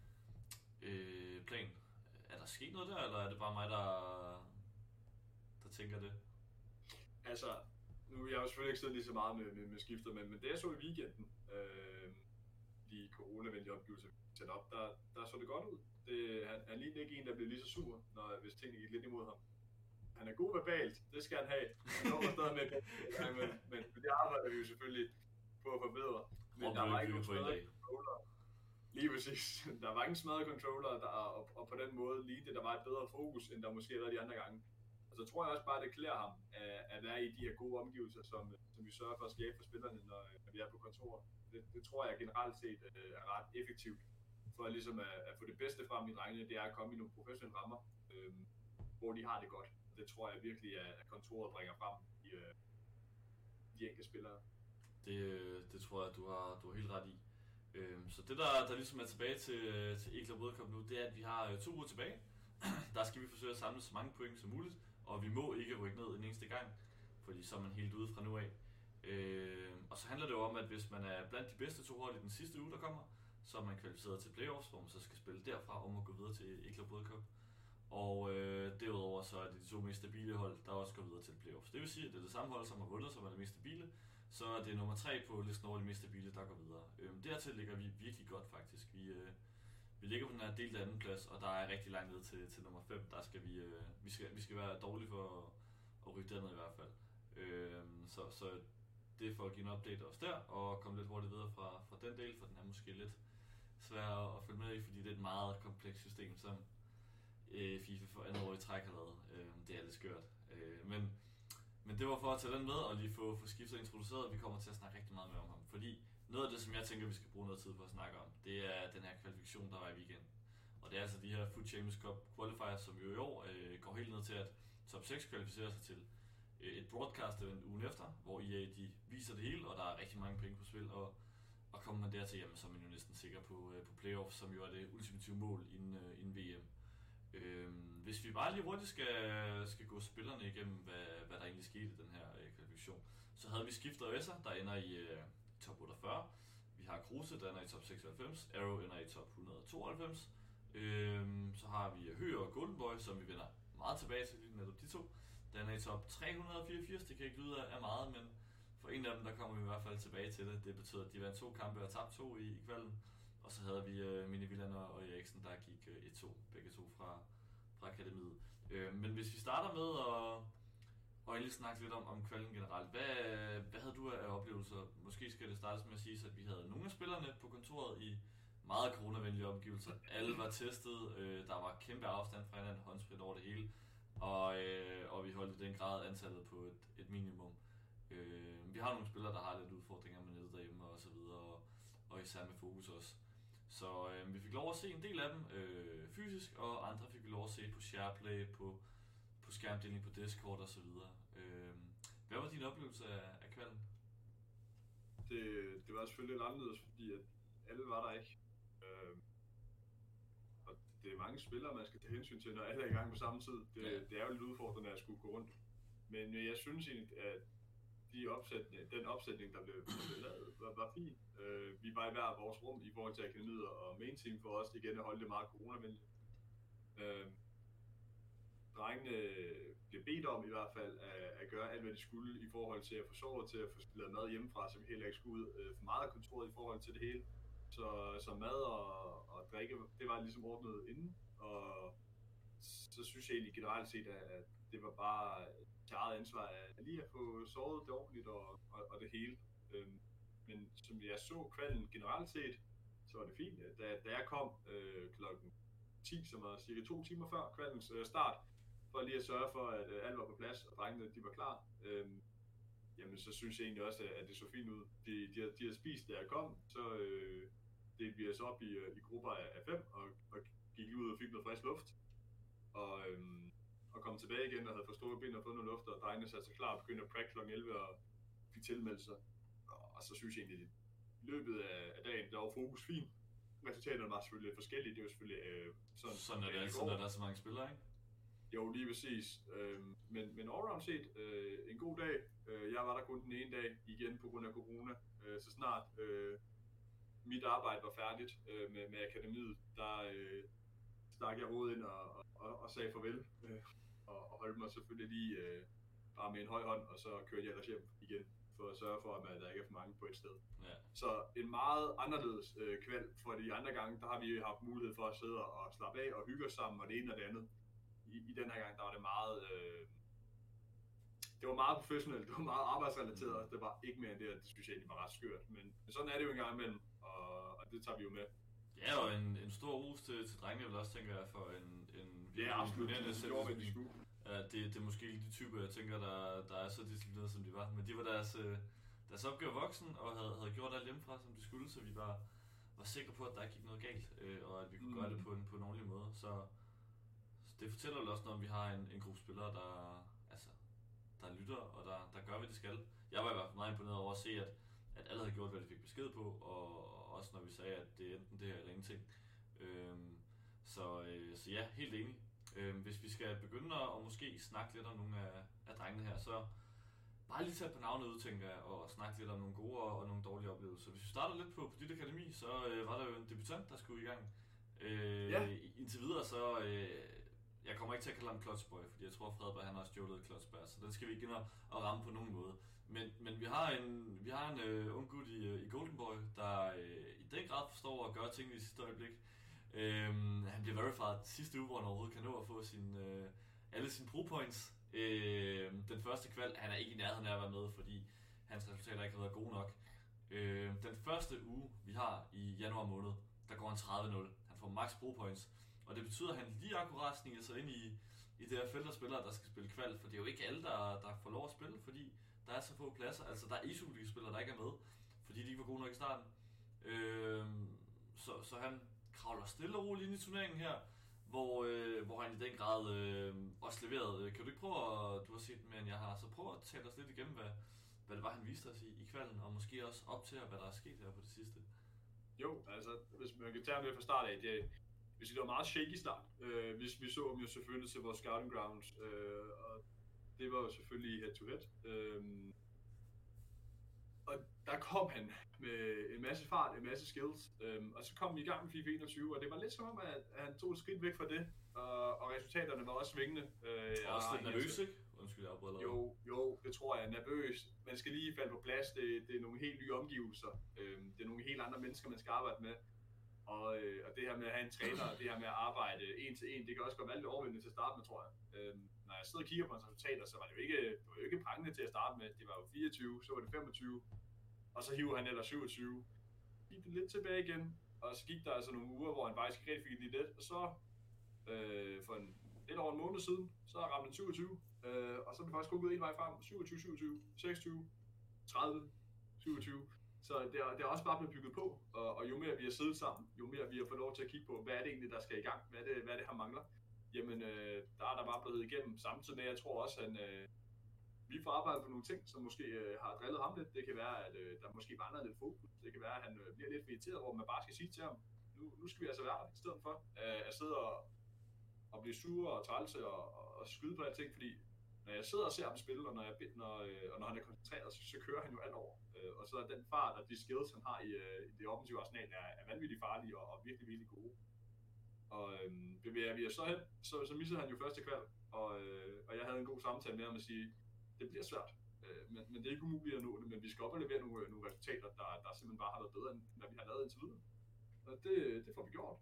plan? Er der sket noget der, eller er det bare mig, der tænker det? Altså, nu er jeg jo selvfølgelig ikke siddet lige så meget med skifter, men det jeg så i weekenden, de coronavenlige opgivelser, vi satte op, der så det godt ud. Han lignede ikke en, der blev lige så sur, hvis tingene gik lidt imod ham. Han er god verbalt, det skal han have. Han kommer stadig med, men det arbejder vi jo selvfølgelig på at forbedre. Men der var ikke nogen smadrede controller. Lige præcis. Der var ingen smadrede controller, og på den måde lignede det, der var et bedre fokus, end der måske har været de andre gange. Og så tror jeg også bare, at det klæder ham at være i de her gode omgivelser, som vi sørger for at skabe for spillerne, når vi er på kontoret. Det tror jeg generelt set er ret effektivt for ligesom at få det bedste frem i drengene. Det er at komme i nogle professionelle rammer, hvor de har det godt. Det tror jeg virkelig, at kontoret bringer frem i de enkelte spillere. Det tror jeg, du har helt ret i. Så det der ligesom er tilbage til E-Club World Cup nu, det er, at vi har 2 uger tilbage. Der skal vi forsøge at samle så mange point som muligt, og vi må ikke rykke ned en eneste gang, fordi så er man helt ude fra nu af. Og så handler det jo om, at hvis man er blandt de bedste 2 hold i den sidste uge, der kommer, så er man kvalificeret til playoffs, hvor man så skal spille derfra om at gå videre til E-Club World Cup. Og derudover så er det de 2 mest stabile hold, der også går videre til playoffs. Det vil sige, at det er det samme hold, som har vundet, som er det mest stabile. Så er det nummer 3 på listen over de mest stabile, der går videre. Dertil ligger vi virkelig godt faktisk. Vi ligger på den her delte anden plads, og der er rigtig langt ned til nummer 5. Der skal vi skal være dårlige for at rykke derned i hvert fald. Så det er for at give en update også der, og komme lidt hurtigt videre fra den del, for den er måske lidt svær at følge med i, fordi det er et meget komplekst system, som FIFA for andet år i træk har lavet. Det er lidt skørt. Men det var for at tage den med og lige få skiftet og introduceret. Vi kommer til at snakke rigtig meget mere om ham, fordi noget af det, som jeg tænker, vi skal bruge noget tid på at snakke om, det er den her kvalifikation, der var i weekenden. Og det er altså de her Food Champions Cup qualifiers, som jo i år går helt ned til, at top 6 kvalificerer sig til et broadcast event ugen efter, hvor EA de viser det hele, og der er rigtig mange penge på spil, og kommer man dertil, jamen, så er man jo næsten sikker på playoffs, som jo er det ultimative mål inden VM. Hvis vi bare lige hurtigt skal gå spillerne igennem, hvad der egentlig skete i den her kvalifikation, så havde vi Skifter og Esser, der ender i top 48. Vi har Kruse, der ender i top 96. Arrow ender i top 192. Så har vi Høger og Golden Boy, som vi vender meget tilbage til, netop de 2. Den er i top 384. Det kan ikke lyde af meget, men for en af dem, der kommer vi i hvert fald tilbage til det. Det betyder, at de vandt 2 kampe og tabte 2 i kvalden. Og så havde vi Mini Villander og Eriksen, der gik 1-2, begge 2 fra akademiet. Men hvis vi starter med at endelig snakke lidt om kvalden generelt. Hvad havde du af oplevelser? Måske skal det startes med at sige, at vi havde nogle af spillerne på kontoret i meget coronavenlige omgivelser. Alle var testet, der var kæmpe afstand fra hinanden, håndsprit over det hele. Og vi holdt i den grad antallet på et minimum. Vi har nogle spillere, der har lidt udfordringer med nettet derhjemme og så videre, og især med fokus også. Så vi fik lov at se en del af dem fysisk, og andre fik vi lov at se på SharePlay, på på skærmdeling på Discord og så videre. Hvad var din oplevelse af kvalden? Det var selvfølgelig lidt anderledes, fordi at alle var der ikke. Og det er mange spillere, man skal tage hensyn til, når alle er i gang på samme tid. Det er jo lidt udfordrende at skulle gå rundt. Men jeg synes egentlig, at den opsætning, der blev lavet, var fin. Vi var i hver vores rum i forhold til akademiet og main team for os igen at holde det meget coronavenligt. Drengene blev bedt om i hvert fald at gøre alt, hvad de skulle i forhold til at få sovet, til at få lavet mad hjemmefra, så vi heller ikke skulle ud for meget af kontoret i forhold til det hele. Så mad og drikke, det var ligesom ordnet inden, og så synes jeg egentlig generelt set, at det var bare til eget ansvar at lige at få sovet det ordentligt og det hele. Men som jeg så kvalden generelt set, så var det fint. Da jeg kom klokken 10, som var cirka 2 timer før kvaldens start, for lige at sørge for, at alt var på plads, og drengene de var klar, jamen så synes jeg egentlig også, at det så fint ud. De havde spist, da jeg kom, så delte vi os op i grupper af 5, og gik ud og fik noget frisk luft. Og kom tilbage igen og havde forstået ben og fået noget luft, og drengene satte sig klar og begyndte at prakke kl. 11 og fik tilmeldelser. Og så synes jeg egentlig, at i løbet af dagen, der var fokus fint. Resultaterne var selvfølgelig forskellige, det er jo selvfølgelig sådan er det altid, når der er så mange spillere, ikke? Jo, lige præcis. Men allround set, en god dag. Jeg var der kun den ene dag igen på grund af corona. Så snart mit arbejde var færdigt med akademiet, der stak jeg hovedet ind og sagde farvel. Og holdt mig selvfølgelig lige bare med en høj hånd, og så kørte jeg ellers hjem igen, for at sørge for, at der ikke er for mange på et sted. Ja. Så en meget anderledes kvæld, for de andre gange, der har vi haft mulighed for at sidde og slappe af og hygge os sammen, og det ene og det andet. I den her gang, der var det meget, det var meget professionelt, det var meget arbejdsrelateret, det var ikke mere end det, det synes jeg egentlig var ret skørt, men sådan er det jo en gang imellem, og det tager vi jo med. Ja, og en stor ros til drengene, vil også tænker jeg, for en imponerende selvdisciplin. Ja, det er måske ikke de typer, jeg tænker, der er så disciplinerede, som de var, men de var deres opgave voksen, og havde gjort alt hjemmefra, som de skulle, så vi var sikre på, at der ikke gik noget galt, og at vi kunne gøre det på en ordentlig måde, så det fortæller vel også, når vi har en gruppe spillere, der lytter, og der gør, hvad de skal. Jeg var i hvert fald meget imponeret over at se, at alle havde gjort, hvad de fik besked på, og også når vi sagde, at det er enten det her eller ingenting. Så ja, helt enig. Hvis vi skal begynde at måske snakke lidt om nogle af drengene her, så bare lige tage på navnet ud, tænker jeg, og snakke lidt om nogle gode og nogle dårlige oplevelser. Hvis vi starter lidt på dit akademi, så var der jo en debutant, der skulle i gang. Indtil videre, så jeg kommer ikke til at kalde ham Clutchboy, fordi jeg tror, at Fredberg han har stjålet Clutchboy, så den skal vi ikke ind og ramme på nogen måde. Men vi har en ung gut i Golden Boy, der i den grad forstår at gøre tingene i sidste øjeblik. Han bliver verified sidste uge, hvor han overhovedet kan nå at få alle sine pro-points. Den første kval, han er ikke i nærheden af at være med, fordi hans resultater ikke har været gode nok. Den første uge, vi har i januar måned, der går han 30-0. Han får max pro-points. Og det betyder, at han lige akkurat sniger sig ind i det her felt af spillere, der skal spille kval. For det er jo ikke alle, der får lov at spille, fordi der er så få pladser. Altså, der er ESU-spillere, der ikke er med, fordi de ikke var gode nok i starten. Så han kravler stille og roligt ind i turneringen her, hvor han i den grad også leverede. Kan du ikke prøve du har set mere end jeg har, så prøv at tale os lidt igennem, hvad det var, han viste os i kvalden, og måske også op til, hvad der er sket her på det sidste. Jo, altså, hvis man kan tage det fra start af, det var meget shaky start. Vi så ham jo selvfølgelig til vores scouting grounds, og det var jo selvfølgelig head-to-head. Og der kom han med en masse fart, en masse skills, og så kom vi i gang med FIFA 21, og det var lidt som om, at han tog et skridt væk fra det, og resultaterne var også svingende. Også lidt nervøs, ikke? Undskyld, jeg afbryder dig. Jo, det tror jeg. Nervøs. Man skal lige falde på plads. Det er nogle helt nye omgivelser. Det er nogle helt andre mennesker, man skal arbejde med. Og det her med at have en træner, og det her med at arbejde en til en, det kan også godt være lidt overvældende til at starte med, tror jeg. Når jeg sidder og kigger på hans resultater, så var det jo ikke prangende til at starte med. Det var jo 24, så var det 25, og så hiver han ellers 27. Gik det lidt tilbage igen, og så gik der altså nogle uger, hvor han faktisk ikke rigtig fik lige lidt, og så for lidt over en måned siden, så ramte han 27, og så er det faktisk kun gået en vej frem, 27, 27, 26, 30, 27. Så det er også bare blevet bygget på, og jo mere vi har siddet sammen, jo mere vi har fået lov til at kigge på, hvad er det egentlig, der skal i gang, hvad er det han mangler. jamen der er der bare blevet igennem. Samtidig med, jeg tror også, at vi får arbejdet på nogle ting, som måske har drillet ham lidt. Det kan være, at der måske mangler lidt fokus. Det kan være, at han bliver lidt irriteret, hvor man bare skal sige til ham, nu skal vi altså være der, i stedet for at sidde og blive sure og trælse og skyde på alting, fordi når jeg sidder og ser ham spille, og når han er koncentreret, så kører han jo alt over. Og så er den fart og de skills, han har i det offensive arsenal, er vanvittigt farlige og virkelig, virkelig gode. Og bevæger vi os så hen, så misser han jo første kval, og jeg havde en god samtale med ham at sige, det bliver svært, men det er ikke umuligt at nå det, men vi skal op og levere nogle resultater, der simpelthen bare har været bedre, end hvad vi har lavet indtil videre. Og det får vi gjort.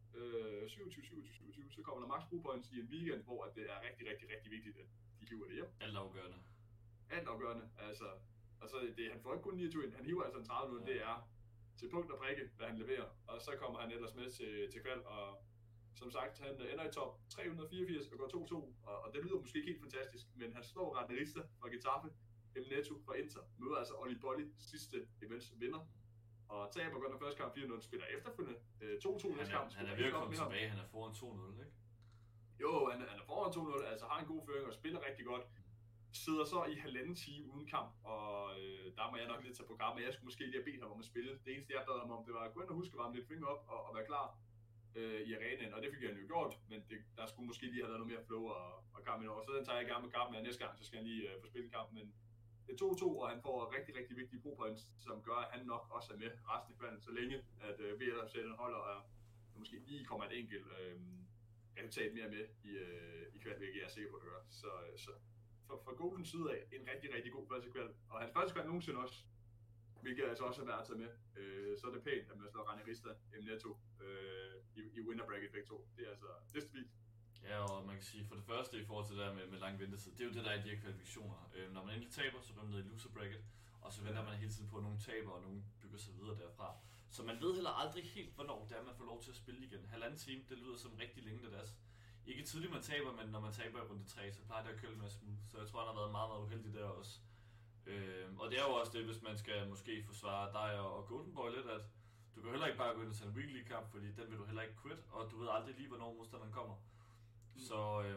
27, så kommer der max brug points i en weekend, hvor det er rigtig, rigtig, rigtig vigtigt, at de hiver det hjem. Alt afgørende. Altså han får ikke kun 29, han hiver altså en 30 det er til punkt og prikke, hvad han leverer. Og så kommer han ellers med til kval, og som sagt, han ender i top 384 og går 2-2, og det lyder måske ikke helt fantastisk, men han slår Randerista fra Getafe, El Neto fra Inter, møder altså Oli Bolli sidste events vinder, og taber godt den første kamp 4-0, spiller efterfølgende 2-2 næste kamp. Han er ved at komme tilbage, han er foran 2-0, ikke? Jo, han er foran 2-0, altså har en god føring og spiller rigtig godt. Sidder så i halvanden time uden kamp, og der må jeg nok lidt tage på kamp, men jeg skulle måske lige have bedt ham om at spille. Det eneste jeg bad ham om, det var at gå ind og huske at varme lidt finger op og være klar i arenaen, og det fik han jo gjort, men der skulle måske lige have været noget mere flow og kampen over. Så den tager jeg gerne med kampen, og næste gang så skal han lige få spillet kampen, men det er 2-2, og han får rigtig, rigtig vigtige pro-points, som gør, at han nok også er med resten af kvalden, så længe at VLFC holder, og måske lige kommer et enkelt resultat mere med i kvalden, hvilket jeg er sikker på, at det gør. Så fra Goldens side af, en rigtig, rigtig god første kvalden, og hans første kvalden nogensinde også, hvilket altså også er værd at tage med. Så er det pænt, at man slår Randerista Netto i winner bracket begge to. Det er altså, det er stabilt. Ja, og man kan sige, for det første i forhold til det der med lang ventetid, det er jo det, der er i de her kvalifikationer. Når man endelig taber, så går man ned i loser bracket, og så venter man hele tiden på, at nogen taber, og nogen bygger sig videre derfra. Så man ved heller aldrig helt, hvornår det er, man får lov til at spille igen. Halvanden time, det lyder som rigtig længe, det der. Ikke tidligt man taber, men når man taber i runde 3, så plejer det at køre lidt mere smooth. Så jeg tror, han har været meget, meget uheldig der også. Og det er jo også det, hvis man skal måske forsvare dig og Golden Boy lidt, at du kan heller ikke bare gå ind og tage en weekly kamp, fordi den vil du heller ikke quit, og du ved aldrig lige, hvornår modstanderen kommer. Så,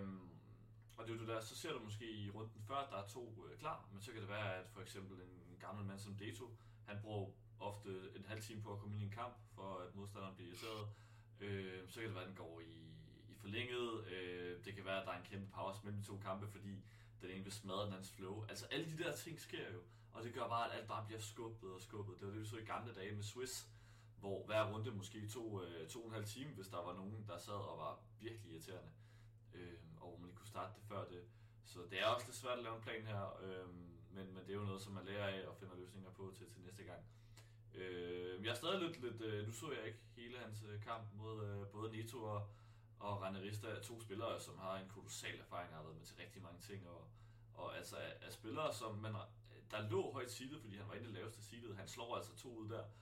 og det er jo det der, så ser du måske i runden før, der er 2 klar, men så kan det være, at for eksempel en gammel mand som Deto, han bruger ofte en halv time på at komme ind i en kamp, for at modstanderen bliver irriteret. Så kan det være, at den går i forlænget. Det kan være, at der er en kæmpe pause mellem de 2 kampe, fordi den ene vil smadre den andens flow. Altså alle de der ting sker jo, og det gør bare, at alt bare bliver skubbet og skubbet. Det var det, vi så i gamle dage med Swiss, hvor hver runde måske tog 2,5 timer, hvis der var nogen, der sad og var virkelig irriterende. Og hvor man ikke kunne starte det før det. Så det er også lidt svært at lave en plan her, men det er jo noget, som man lærer af og finder løsninger på til næste gang. Jeg er stadig lidt nu så jeg ikke hele hans kamp mod både Neto og Randerista, 2 spillere, som har en kolossal erfaring, har været med til rigtig mange ting, og altså er spillere, som der lå højt seedet, fordi han var inde i det laveste seedet. Han slår altså 2 ud der.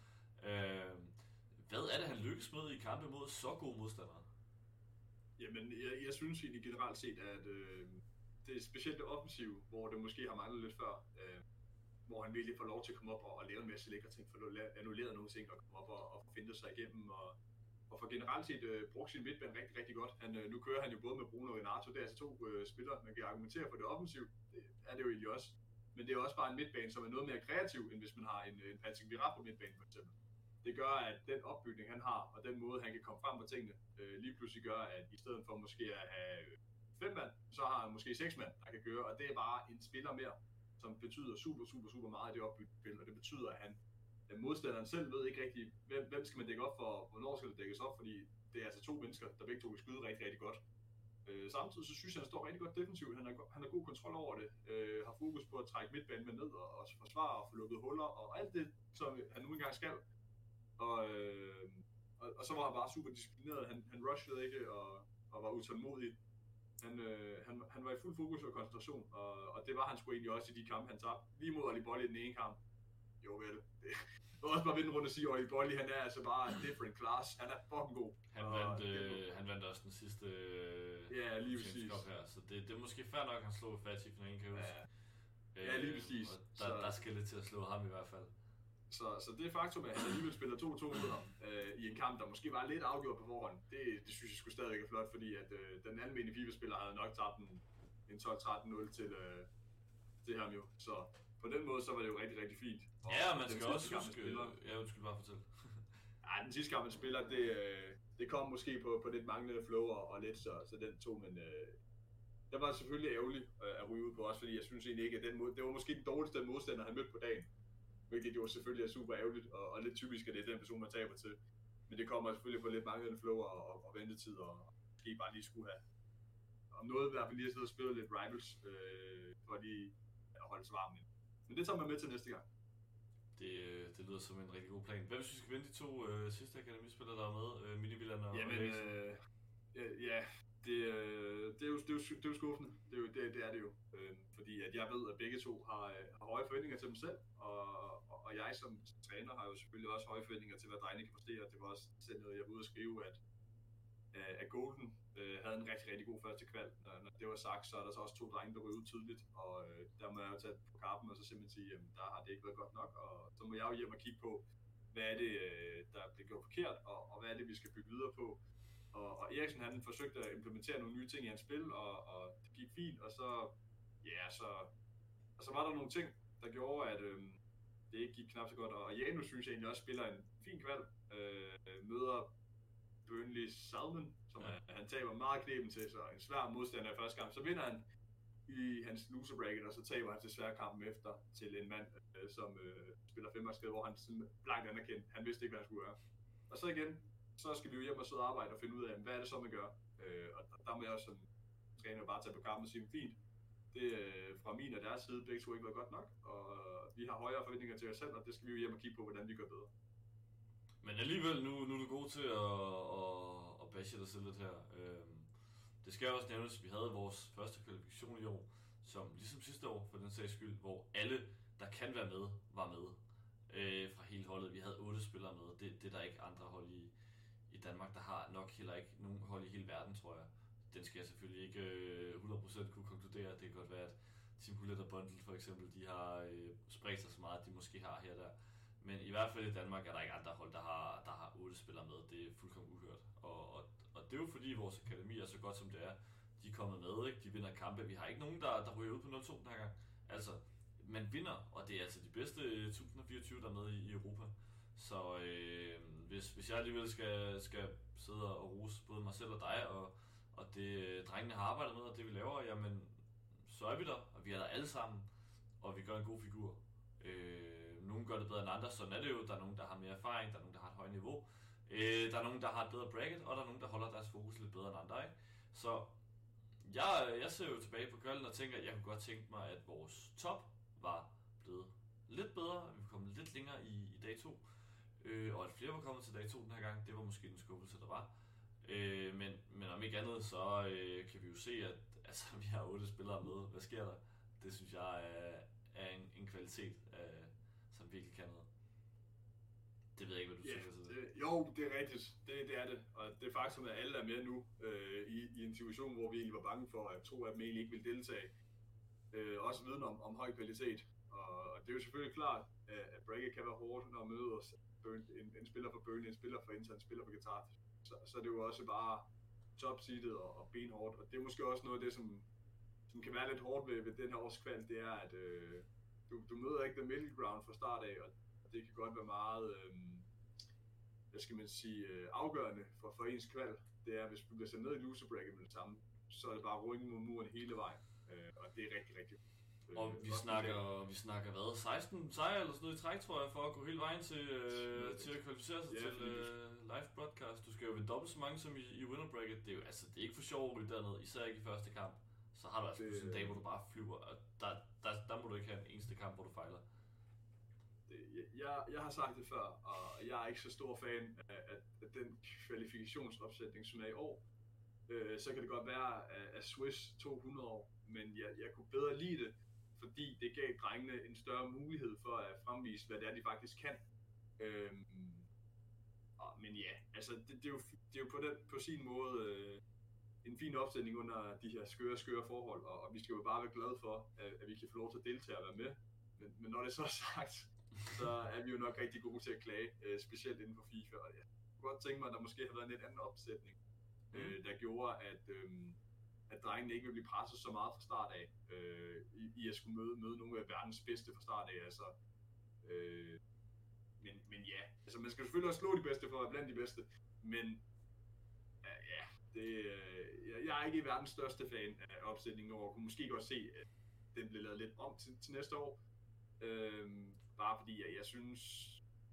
Hvad er det, han lykkes med i kampe mod så gode modstandere? Jamen, jeg synes egentlig generelt set, at det er specielt det offensive, hvor det måske har manglet lidt før, hvor han virkelig får lov til at komme op og lave en masse lækre ting, for at annullere nogle ting og komme op og finde sig igennem, og for generelt set brugt sin midtbane rigtig, rigtig godt. Nu kører han jo både med Bruno og Renato, det er altså 2 spillere, man kan argumentere for det offensivt, det er det jo egentlig også. Men det er også bare en midtbane, som er noget mere kreativ, end hvis man har en Patrick Vieira på midtbanen for eksempel. Det gør, at den opbygning, han har, og den måde, han kan komme frem på tingene, lige pludselig gør, at i stedet for måske at have 5 mand, så har han måske 6 mand, der kan gøre, og det er bare en spiller mere, som betyder super, super, super meget i det opbygningsspil, og det betyder, at modstanderen selv ved ikke rigtig, hvem skal man dække op for, hvornår skal det dækkes op, fordi det er altså 2 mennesker, der begge to kan skyde rigtig, rigtig godt. Samtidig så synes jeg, han står rigtig godt defensivt, han har god kontrol over det, har fokus på at trække midtbanen med ned og forsvare og få lukket huller og alt det, som han nu engang skal. Og så var han bare super disciplineret, han rushede ikke og var utålmodig. Han var i fuld fokus og koncentration, og det var han sgu egentlig også i de kampe, han tabte. Lige mod Ali Bolli i den ene kamp. Jo vel, det var også bare vinde rundt og sige, at Ali Bolli, han er altså bare en different class. Han er fucking god. Han vandt også den sidste ja, lige præcis. Her, så det er måske fair nok, at han slog Fatih for en, kan jeg huske. Ja, lige præcis. Der skal lidt til at slå ham i hvert fald. Så det faktum, at han alligevel spiller 2-2 mod ham i en kamp, der måske var lidt afgjort på forhånd, det synes jeg skulle stadigvæk er flot, fordi at den almindelige FIFA-spiller havde nok tabt en 12-13-0 til ham jo. Så på den måde, så var det jo rigtig, rigtig fint. Og ja, man skal også huske... Ja, undskyld, bare fortælle. Ja, den sidste kamp, man spiller, det kom måske på lidt manglende flow og lidt, så den tog, men det var selvfølgelig ærgerligt at ryge ud på os, fordi jeg synes egentlig ikke, at det var måske den dårligste modstander, han mødte på dagen. Hvilket jo selvfølgelig er super ærgerligt, og lidt typisk, at det er den person, man taber til. Men det kommer selvfølgelig på lidt manglende flow og ventetid, og måske bare lige skulle have om noget i hvert fald lige at sidde og spille lidt Rivals, for lige at holde sig varm. Men det tager man med til næste gang. Det lyder som en rigtig god plan. Hvad hvis vi skal vinde de 2 sidste akademispillere, der er med? Minivilland og Jamen, ja, det er jo skuffende. Det er det jo. Fordi at jeg ved, at begge to har høje forventninger til dem selv, og jeg som træner har jo selvfølgelig også høje forventninger til, hvad drengene kan præstere. Det var også selv noget, jeg var ude at skrive, at Golden havde en rigtig, rigtig god første kval. Når det var sagt, så er der så også 2 drenge, der ryger ud tidligt, og der må jeg jo tage på kappen og så simpelthen sige, at der har det ikke været godt nok, og så må jeg jo hjem og kigge på, hvad er det, der bliver gjort forkert, og hvad er det, vi skal bygge videre på. Og Eriksen, han forsøgte at implementere nogle nye ting i hans spil, og det gik fint, og så var der nogle ting, der gjorde, at det ikke gik knap så godt, og Janus synes jeg egentlig også spiller en fin kval, møder Burnley Salmon, som han taber meget knepen til, så en svær modstander i første kamp. Så vinder han i hans loser bracket, og så taber han til svær kampen efter til en mand, som spiller 5-skade, hvor han blankt anerkendt. Han vidste ikke, hvad han skulle gøre. Og så igen, så skal vi jo hjem og sidde og arbejde og finde ud af, hvad er det så, man gør. Og der må jeg også som træner bare tage på kampen og sige, fint. Det fra min og deres side, begge to ikke var godt nok, og vi har højere forventninger til os selv, og det skal vi jo hjem og kigge på, hvordan vi gør bedre. Men alligevel, nu er du god til at bashe dig selv lidt her. Det skal også nævnes, at vi havde vores første kvalifikation i år, som ligesom sidste år, for den sags skyld, hvor alle, der kan være med, var med fra hele holdet. Vi havde 8 spillere med. Det er der ikke andre hold i Danmark, der har nok heller ikke nogen hold i hele verden, tror jeg. Den skal jeg selvfølgelig ikke 100% kunne konkludere. Det kan godt være, at Team Hullet og Bundle for eksempel, de har spredt sig så meget, at de måske har her og der. Men i hvert fald i Danmark er der ikke andre hold, der har 8 spillere med. Det er fuldkommen uhørt. Og det er jo fordi vores akademi er så godt som det er. De er kommet med, ikke? De vinder kampe. Vi har ikke nogen, der ryger ud på 0-2 den her gang. Altså, man vinder, og det er altså de bedste 1024, der er med i Europa. Så hvis jeg alligevel skal sidde og rose både mig selv og dig, og det drengene har arbejdet med, og det vi laver, jamen, så er vi der, og vi er der alle sammen, og vi gør en god figur. Nogle gør det bedre end andre, sådan er det jo. Der er nogen, der har mere erfaring, der er nogen, der har et højt niveau. Der er nogen, der har et bedre bracket, og der er nogen, der holder deres fokus lidt bedre end andre, ikke? Så jeg ser jo tilbage på kvalden og tænker, at jeg kunne godt tænke mig, at vores top var blevet lidt bedre, at vi var kommet lidt længere i dag 2. Og at flere var kommet til dag 2 den her gang, det var måske den skuffelse, der var. Men om ikke andet, så kan vi jo se, at altså, vi har 8 spillere med. Hvad sker der? Det synes jeg er en kvalitet, som virkelig kan noget. Det ved jeg ikke, hvad du synes til det. Jo, det er rigtigt. Det er det. Og det faktum, at alle er med nu i en situation, hvor vi egentlig var bange for, at 2 af dem egentlig ikke ville deltage. Også viden om høj kvalitet. Og det er jo selvfølgelig klart, at bracket kan være hårdt, når man møder en spiller for Burnley, en spiller for Inter, en spiller for Qatar. Så er det jo også bare top-seedet og benhårdt. Og det er måske også noget af det, som kan være lidt hårdt ved den her års kval, det er, at du møder ikke the middle ground fra start af, og det kan godt være meget, hvad skal man sige, afgørende for ens kval. Det er, hvis du bliver sendt ned i loser bracket med det samme, så er det bare ryggen mod muren hele vejen. Og det er rigtig, rigtig og vi snakker hvad? 16 sejre eller sådan noget i træk, tror jeg, for at gå hele vejen til at kvalificere sig til live broadcast. Du skal jo vinde dobbelt så mange som i winner bracket. Det er jo altså, det er ikke for sjov at ryge derned, især ikke i første kamp. Så har du altså sådan en dag, hvor du bare flyver, og der må du ikke have en eneste kamp, hvor du fejler. Jeg har sagt det før, og jeg er ikke så stor fan af den kvalifikationsopsætning, som er i år. Så kan det godt være, at Swiss tog 100 år, men jeg kunne bedre lide det, fordi det gav drengene en større mulighed for at fremvise, hvad det er, de faktisk kan. Men ja, altså det er jo på sin måde en fin opsætning under de her skøre forhold, og vi skal jo bare være glade for, at vi kan få lov til at deltage og være med. Men når det så er sagt, så er vi jo nok rigtig gode til at klage, specielt inden for FIFA. Og jeg kunne godt tænke mig, at der måske havde været en lidt anden opsætning, der gjorde, at drengene ikke vil blive presset så meget fra start af, i at skulle møde nogle af verdens bedste fra start af. Altså, men ja, altså man skal selvfølgelig også slå de bedste for at være blandt de bedste, men ja, jeg er ikke verdens største fan af opsætningen, og kunne måske godt se, at den blev lavet lidt om til næste år. Bare fordi jeg synes,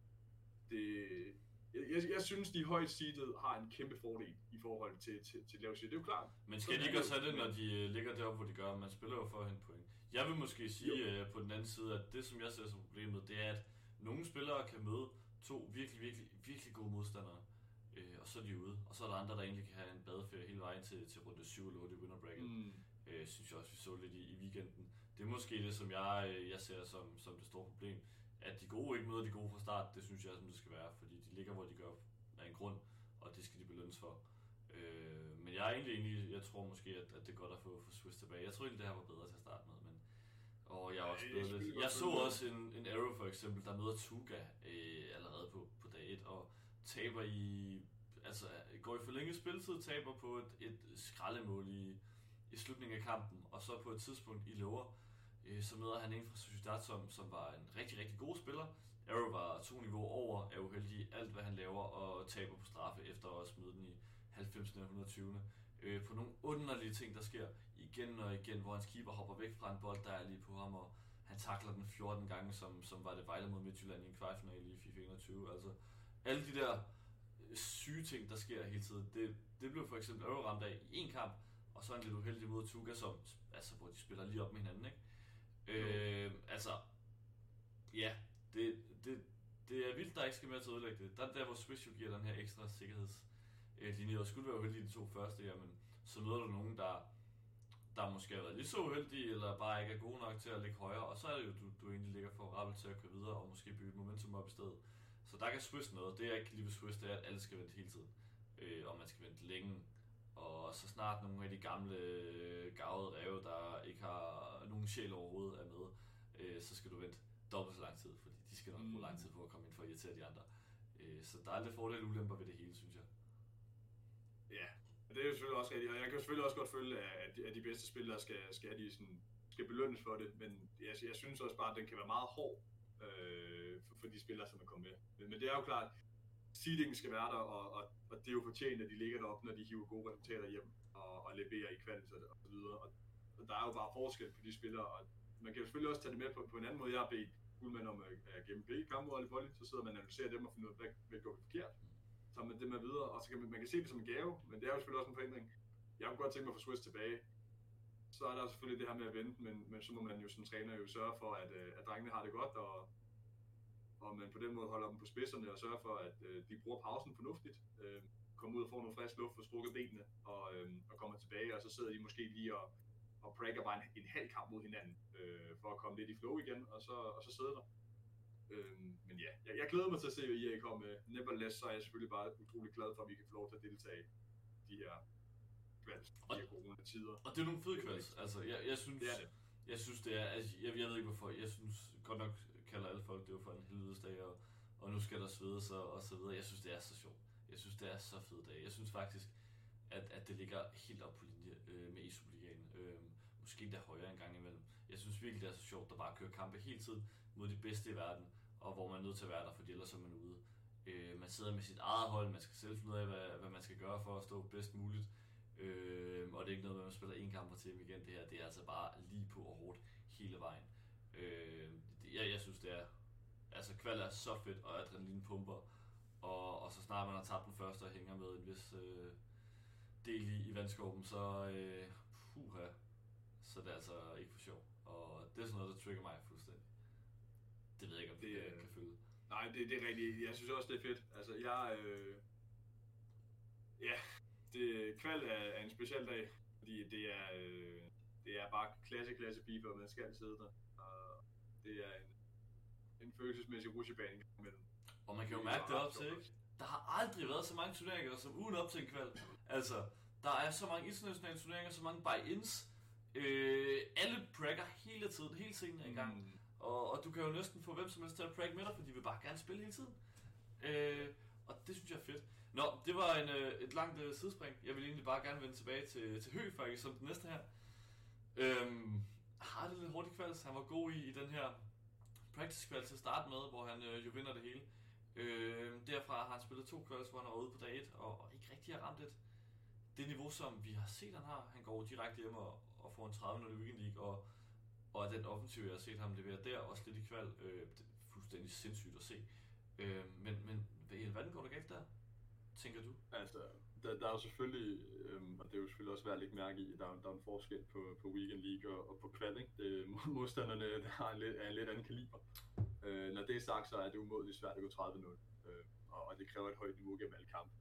jeg synes, de højt seedede har en kæmpe fordel i forhold til lavt seedet. Det er jo klart. Men skal de ikke også have det, når de ligger deroppe, hvor de gør? Man spiller jo for at hente point. Jeg vil måske sige på den anden side, at det, som jeg ser som problemet, det er, at nogle spillere kan møde to virkelig gode modstandere, og så er de ude. Og så er der andre, der egentlig kan have en badeferie hele vejen til runde 7 eller 8 i winner bracket. Synes jeg også, vi så lidt i weekenden. Det er måske det, som jeg ser som det store problem. At de gode ikke møder de gode fra start, det synes jeg, som det skal være. Fordi de ligger, hvor de gør af en grund, og det skal de belønnes for. Men jeg er egentlig enig, jeg tror måske, at det er godt at få Swiss tilbage. Jeg tror egentlig, det her var bedre til at starte med. Og jeg er også blevet lidt. Jeg så også en Arrow for eksempel, der møder Tuga allerede på dag 1, og taber går i forlænget spilletid, taber på et skraldemål i slutningen af kampen, og så på et tidspunkt i lower, så møder han en fra Sociedad, som var en rigtig god spiller. Arrow var 2 niveauer over, er uheldig alt hvad han laver, og taber på straffe efter også møde den i 90. og 120. På nogle underlige ting, der sker igen og igen, hvor hans keeper hopper væk fra en bold, der er lige på ham, og han takler den 14 gange, som var det Vejle mod Midtjylland i en kvartfinale i FIFA 21. Altså, alle de der syge ting, der sker hele tiden, det blev for eksempel Arrow ramt af i en kamp, og så er han lidt uheldig mod Tuga, hvor de spiller lige op med hinanden, ikke? Det er vildt, der ikke skal mere til at ødelægge det. Der er der, hvor Swiss jo giver den her ekstra sikkerhedslinje, og skulle være uheldige de 2 første, men så møder du nogen, der måske har været lige så uheldige, eller bare ikke er gode nok til at ligge højere, og så er det jo, du egentlig ligger for rappelt til at køre videre, og måske bygge momentum op i stedet. Så der kan Swiss noget. Det jeg ikke kan lide ved Swiss, det er, at alle skal vente hele tiden, og man skal vente længe. Og så snart nogle af de gamle gavede ræve, der ikke har nogen sjæl overhovedet, er med, så skal du vente dobbelt så lang tid, fordi de skal nok bruge lang tid på at komme ind for at irritere de andre. Så der er lidt fordele og ulemper ved det hele, synes jeg. Ja, det er jo selvfølgelig også rigtigt, og jeg kan selvfølgelig også godt føle, at de bedste spillere skal belønnes for det, men jeg synes også bare, at den kan være meget hård for de spillere, som er kommet med. Men det er jo klart, seedingen skal være der, og det er jo fortjent, at de ligger deroppe, når de hiver gode resultater hjem og leverer i kvalitet og så videre. Og der er jo bare forskel på de spillere, og man kan jo selvfølgelig også tage det med på en anden måde. Jeg har bedt Guldmand om at gemme kampe i volley, så sidder man og analyserer dem og finder ud af, hvad går forkert. Så tager man det med videre, og så kan man kan se det som en gave, men det er jo selvfølgelig også en forandring. Jeg kunne godt tænke mig at få Swiss tilbage. Så er der selvfølgelig det her med at vente, men så må man jo som træner jo sørge for, at drengene har det godt, og man på den måde holder dem på spidserne og sørger for, at de bruger pausen fornuftigt, kommer ud og får noget frisk luft, får strukket benene og kommer tilbage, og så sidder de måske lige og prakker bare en halv kamp mod hinanden, for at komme lidt i flow igen, og så sidder der. Men ja, jeg glæder mig til at se, hvad I kommer med. Nevertheless, så er jeg selvfølgelig bare utrolig glad for, at vi kan få lov til at deltage i de her kvalds, de her coronatider. Og det er nogle fede kvalds. Altså, jeg synes, det er det. Jeg synes, det er, altså, jeg ved ikke hvorfor, jeg synes godt nok kalder alle folk, det var for en helvedesdag, og nu skal der svedes og så videre. Jeg synes, det er så sjovt. Jeg synes, det er så fed dag. Jeg synes faktisk, at det ligger helt op på linje med e-Superligaen. Måske endda højere en gang imellem. Jeg synes virkelig, det er så sjovt, at bare køre kampe hele tiden mod de bedste i verden, og hvor man er nødt til at være der, fordi ellers er man ude. Man sidder med sit eget hold, man skal selv finde ud af, hvad man skal gøre for at stå bedst muligt. Og det er ikke noget med, at man spiller en kamp til igen. Det her, det er altså bare lige på og hårdt hele vejen. Jeg synes, det er... Altså, kval er så fedt, og adrenalin pumper. Og så snart man har tabt den første og hænger med en vis del i vandskåben, så så det er altså ikke for sjov. Og det er sådan noget, der trigger mig fuldstændig. Det ved jeg ikke, om det kan følge. Nej, det er rigtigt. Jeg synes også, det er fedt. Altså, kval er en speciel dag, fordi det er bare klasse FIFA, og man skal sidde der. Og det er en følelsesmæssig rutsjebane imellem. Og man kan jo mærke det op til, ikke? Der har aldrig været så mange turneringer som ugen op til en kval. Altså, der er så mange internationale turneringer, så mange buy-ins. Alle prakker hele tiden, hele tiden en gang. Og du kan jo næsten få hvem som helst til at pragge med dig, for de vil bare gerne spille hele tiden. Og det synes jeg er fedt. Nå, det var et langt sidespring. Jeg vil egentlig bare gerne vende tilbage til Høgh faktisk, som den næste her. Har det lidt hurtigt kvals. Han var god i den her practice kvals til at starte med, hvor han jo vinder det hele. Derfra har han spillet 2 kvals, hvor han er ude på dag 1, og ikke rigtig har ramt det niveau, som vi har set, han har. Han går direkte hjem og får en 30-0 i Weekend League, og den offensiv, jeg har set ham levere der, også lidt i kval, det er fuldstændig sindssygt at se. Men hvad i alverden går der galt der, tænker du? Altså, der er jo selvfølgelig, og det er jo selvfølgelig også værd at lægge mærke i, der er en forskel på Weekend League og på kval, ikke? Modstanderne der har en lidt anden kaliber. Når det er sagt, så er det umådeligt svært at gå 30-0, og det kræver et højt niveau gennem alle kampe.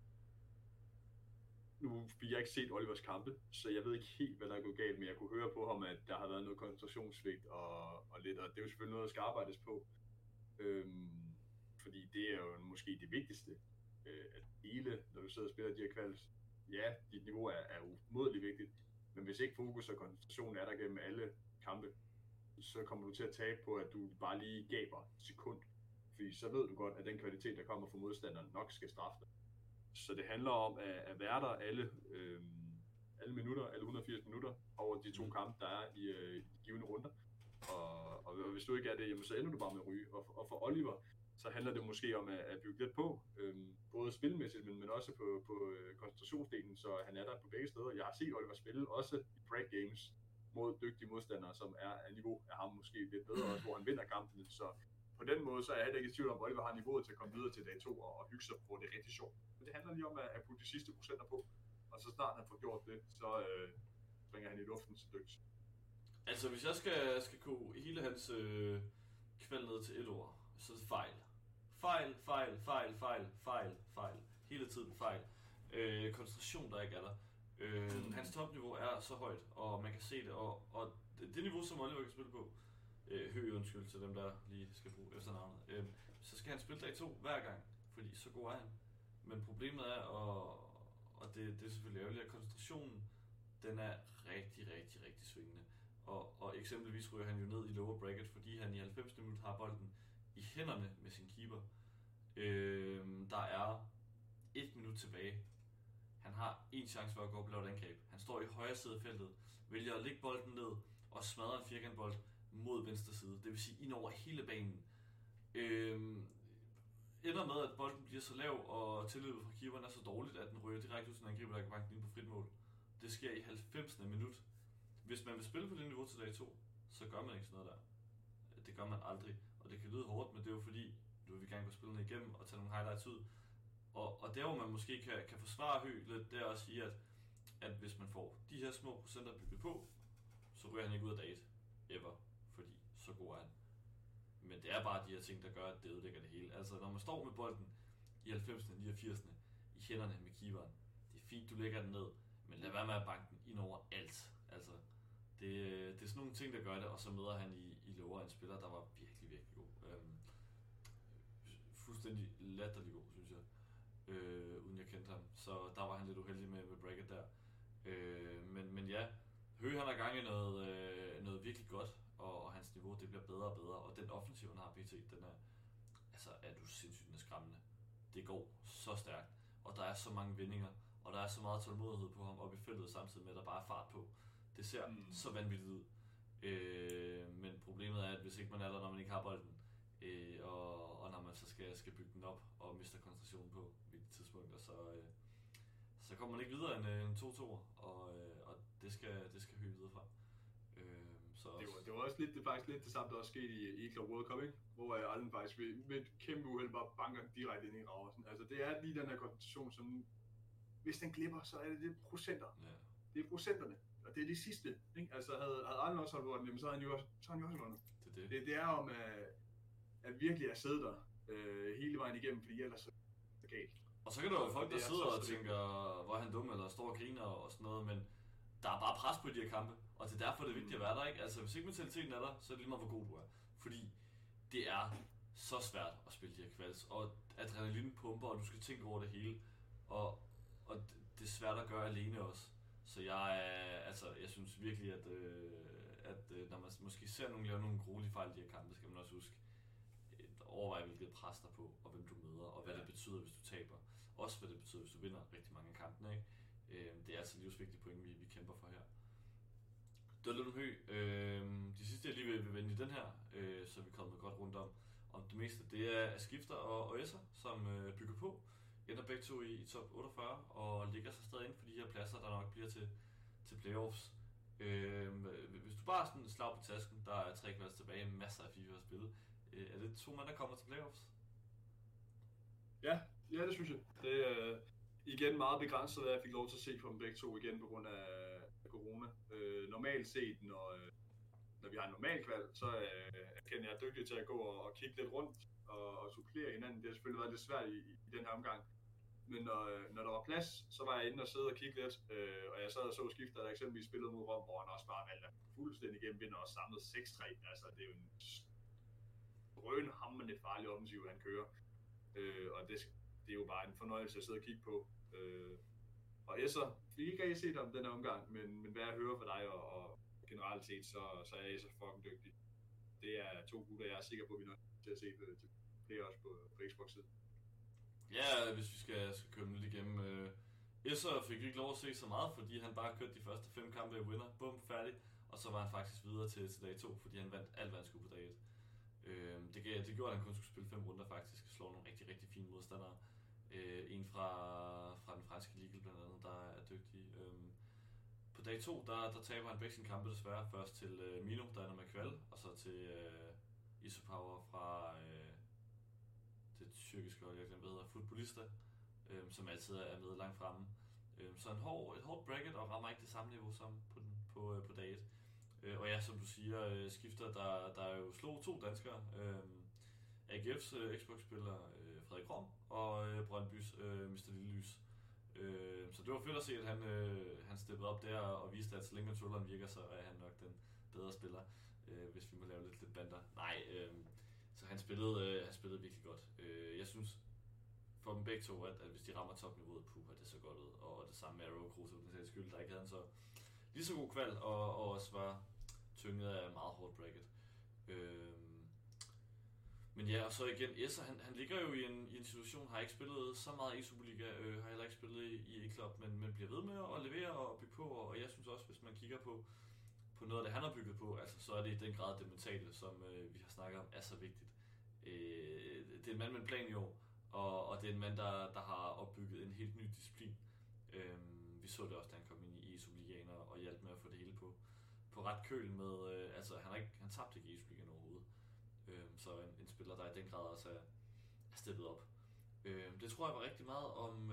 Nu fik jeg ikke set Olivers kampe, så jeg ved ikke helt, hvad der er gået galt, men jeg kunne høre på ham, at der har været noget koncentrationssvigt og lidt, og det er jo selvfølgelig noget, der skal arbejdes på. Fordi det er jo måske det vigtigste, at hele, når du sidder og spiller de her kvals, ja, dit niveau er umådeligt vigtigt, men hvis ikke fokus og koncentration er der gennem alle kampe, så kommer du til at tabe på, at du bare lige gaber et sekund, fordi så ved du godt, at den kvalitet, der kommer fra modstanderen, nok skal straffe dig. Så det handler om at være der alle minutter, alle 180 minutter over de 2 kampe, der er i de givende runder. Og hvis du ikke er det, jamen, så ender du bare med at ryge. Og for Oliver, så handler det måske om at bygge lidt på, både spilmæssigt, men også på koncentrationsdelen, så han er der på begge steder. Jeg har set Oliver spille også i break games mod dygtige modstandere, som er af niveau af ham måske lidt bedre, også, hvor han vinder kampen. Så på den måde, så er jeg heller ikke i tvivl om, at Oliver har niveauet til at komme videre til dag 2 og hygge sig på det rigtig sjovt. Men det handler lige om at putte de sidste procenter på, og så snart han får gjort det, så springer han i luften til dygt. Altså, hvis jeg skal koge hele hans kval ned til et ord, så er det fejl. Fejl. Hele tiden fejl. Koncentration, der ikke er der. Hans topniveau er så højt, og man kan se det, og det niveau, som Oliver kan spille på, Høgh, undskyld til dem, der lige skal bruge efternavnet, så skal han spille dag 2 hver gang, fordi så god er han. Men problemet er, og det er selvfølgelig ærgerligt, at koncentrationen, den er rigtig svingende. Og eksempelvis ryger han jo ned i lower bracket, fordi han i 90. minut har bolden i hænderne med sin keeper. Der er 1 minut tilbage. Han har en chance for at gå op og lave et angreb. Han står i højre side af feltet, vælger at lægge bolden ned og smadre en firkantbold mod venstre side. Det vil sige ind over hele banen. Ender med, at bolden bliver så lav, og tilløbet fra keeperen er så dårligt, at den ryger direkte ud til en angriber, der kan banke den ind på frit mål. Det sker i 90. minut. Hvis man vil spille på det niveau til dag 2, så gør man ikke sådan noget der. Det gør man aldrig, og det kan lyde hårdt, men det er jo fordi, du vil gerne gå spillene igennem og tage nogle highlights ud. Og der hvor man måske kan forsvare Høgh lidt, det er at sige, at hvis man får de her små procenter bygget på, så ryger han ikke ud af dag 1, ever, fordi så god er han. Men det er bare de her ting, der gør, at det ødelægger det hele. Altså når man står med bolden i 90'erne, 89'erne, i hænderne med keeperen, det er fint, du lægger den ned, men lad være med at banke den ind over alt. Altså, det er sådan nogle ting, der gør det, og så møder han i lower en spiller, der var virkelig god. Fuldstændig latterlig god, synes jeg, uden jeg kendte ham. Så der var han lidt uheldig med bracket der. Men ja, Høgh han har gang i noget virkelig godt, og hans niveau det bliver bedre og bedre, og den offensiv han har pt, den er du sindssygt skræmmende. Det går så stærkt, og der er så mange vendinger, og der er så meget tålmodighed på ham oppe i feltet, samtidig med at der bare er fart på. Det ser så vanvittigt ud. Men problemet er, at hvis ikke man er der, når man ikke har bolden, og når man så skal bygge den op og mister koncentrationen på hvilke tidspunkter, så kommer man ikke videre end 2-2'er, og det skal Høgh videre fra. Det var også faktisk lidt det samme, der også skete i Club World Cup, ikke? Hvor Allen faktisk med et kæmpe uheld bare banker direkte ind i Graversen. Altså det er lige den her koncentration, som hvis den glipper, så er det procenter. Ja. Det er procenterne, og det er det sidste, ikke? Altså havde Allen også holdt bolden, så havde han jo også vundet. Det er om at virkelig at sidde der hele vejen igennem, fordi ellers er det galt. Og så kan der jo folk, der sidder og tænker, hvor er han dum, eller står og griner og sådan noget, men der er bare pres på de her kampe, og det er derfor, det er vigtigt at være der, ikke? Altså, hvis ikke mentaliteten er der, så er det lige meget, hvor god du er. Fordi det er så svært at spille de her kvalds, og adrenalin pumper, og du skal tænke over det hele, og det er svært at gøre alene også. Så jeg synes virkelig, at når man måske ser nogen lave nogle gruelige fejl i de her kampe, skal man også huske, overveje hvilket pres der på, og hvem du møder, og hvad det betyder, hvis du taber. Også hvad det betyder, hvis du vinder rigtig mange af kampene, ikke? Det er altså livsvigtige point, vi kæmper for her. Det var lidt om Hø. De sidste, jeg lige vil vende i den her, så er vi kommet godt rundt om det meste. Det er Skifter og Esser, som bygger på. Ender begge to i top 48, og ligger sig stadig inden for de her pladser, der nok bliver til playoffs. Hvis du bare sådan slag på tasken, der er 3 kvarter tilbage, masser af FIFA at spille. Er det 2 mand, der kommer til playoffs? Ja, det synes jeg. Det er igen meget begrænset, at jeg fik lov til at se på dem begge to igen på grund af corona. Normalt set, når vi har en normal kval, så erkender jeg er dygtig til at gå og kigge lidt rundt og supplere hinanden. Det har selvfølgelig været lidt svært i den her omgang. Men når der var plads, så var jeg inde og sidde og kigge lidt, og jeg sad og så Skifter, der eksempelvis spillede mod Rom, hvor han også bare valgte fuldstændig igennem, vinder og samlet 6-3. Altså, det er jo en drønhamrende farlig offensiv, han kører. Og det er jo bare en fornøjelse at sidde og kigge på. Og Esser, vi ikke rigtig set om den her omgang, men hvad jeg hører fra dig, og generelt set, så er Esser fucking dygtig. Det er 2 gutter, jeg er sikker på, at vi nok til at se til flere også på Xbox-siden. Ja, hvis vi skal køre lidt igennem. Esser fik ikke lov at se så meget, fordi han bare kørte de første 5 kampe i winner. Bum, færdig. Og så var han faktisk videre til dag 2, fordi han vandt alt, hvad han skulle på dag 1. Det gjorde, at han kun skulle spille 5 runder faktisk, og slå nogle rigtig, rigtig fine modstandere. En fra den franske liga blandt andet, der er dygtig. På dag 2, der taber han begge sine kampe desværre. Først til Mino, der ender med kval, og så til Isopower fra det tyrkiske hold, jeg glemmer, hvad hedder, Futbolista, som altid er med langt fremme. Så et hårdt bracket, og rammer ikke det samme niveau som på dag 1. Og ja, som du siger, Skifter, der jo slog 2 danskere. AGF's Xbox-spiller Frederik Rom og Brøndbys Mr. Lillelys. Så det var fedt at se, at han steppede op der og viste, at så længe controlleren virker, så er han nok den bedre spiller, hvis vi må lave lidt bander. Nej, så han spillede virkelig godt. Jeg synes for dem begge to, at hvis de rammer topniveauet, at det så godt ud. Og det samme med Arrow Kruse, den sags skyld, der ikke havde han så lige så god kval, og også var tynget af meget hårdt bracket. Men ja, og så igen, Esser, han ligger jo i en situation, har ikke spillet så meget i Superliga, har heller ikke spillet i E-Club, men bliver ved med at levere og bygge på, og jeg synes også, hvis man kigger på noget af det, han har bygget på, altså, så er det i den grad det mentale, som vi har snakket om, er så vigtigt. Det er en mand med en plan i år, og det er en mand, der har opbygget en helt ny disciplin. Vi så det også, da han kom ind i Superligaen og hjalp med at få det hele på ret køl med, altså han tabte ikke i Superligaen overhovedet. Så en spiller, der i den grad også er steppet op. Det tror jeg var rigtig meget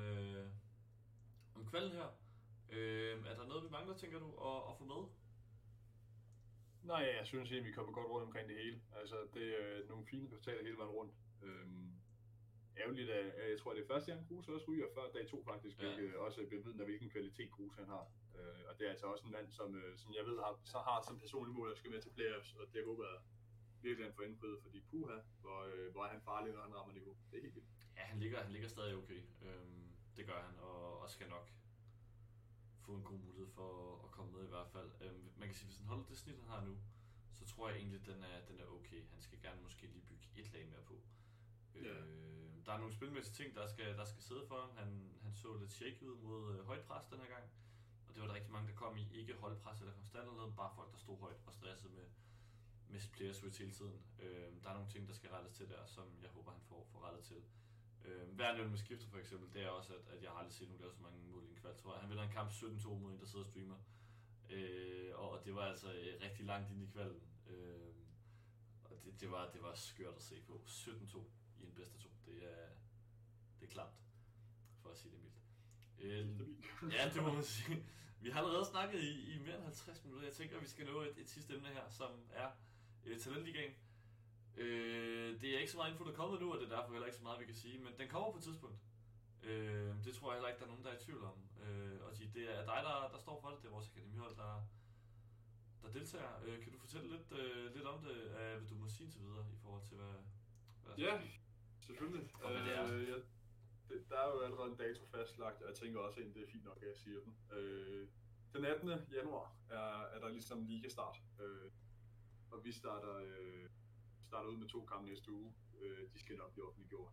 om kvalden her. Er der noget, vi mangler, tænker du, at få med? Nej, jeg synes egentlig, vi kommer godt rundt omkring det hele. Altså, det er nogle fine resultater hele vejen rundt. Ærgerligt, at jeg tror, det er første gang, Kruse også ryger før dag 2 faktisk, hvilket også bevidner, hvilken kvalitet Kruse han har. Og det er altså også en mand, som jeg ved har som personlig mål, der skal med til playoffs, og det håber jeg virkelig, han får indfriet, fordi puha, hvor er han farlig, når han rammer niveau. Det er helt vildt. Ja, han ligger stadig okay. Det gør han, og skal nok få en god mulighed for at komme med i hvert fald. Man kan sige, hvis han holder det snit, han har nu, så tror jeg egentlig, den er okay. Han skal gerne måske lige bygge et lag mere på. Der er nogle spilmæssige ting, der skal sidde for ham. Han så lidt shake ud mod højt pres den her gang, og det var der rigtig mange, der kom i. Ikke holdpres eller konstant eller noget, bare folk, der stod højt og stressede med player switch hele tiden. Der er nogle ting, der skal rettes til der, som jeg håber, han får rettet til. Værd med Skifter for eksempel, det er også, at jeg har aldrig set nogen lave så mange mål i en kval, tror jeg. Han vinder en kamp 17-2 mod en, der sidder og streamer. Og det var altså rigtig langt ind i kvalden. Og det var skørt at se på. 17-2 i en bedste 2. Det er klamt, for at sige det mildt. Ja, det må man sige. Vi har allerede snakket i mere end 50 minutter. Jeg tænker, at vi skal nå et sidste emne her, som er Talentligaen. Det er ikke så meget info, der er kommet nu, og det er derfor heller ikke så meget, vi kan sige, men den kommer på et tidspunkt. Det tror jeg heller ikke, der er nogen, der er i tvivl om. Og det er dig, der står for det. Det er vores akademihold, der deltager. Kan du fortælle lidt om det, hvad du må sige til videre i forhold til, hvad ja, selvfølgelig. Og hvad det er? Der er jo allerede en dato fastlagt, og jeg tænker også, at det er fint nok, at jeg siger den. Den 18. januar er der ligesom ligastart, og vi starter ud med 2 kampe næste uge. De skal nok blive offentliggjort.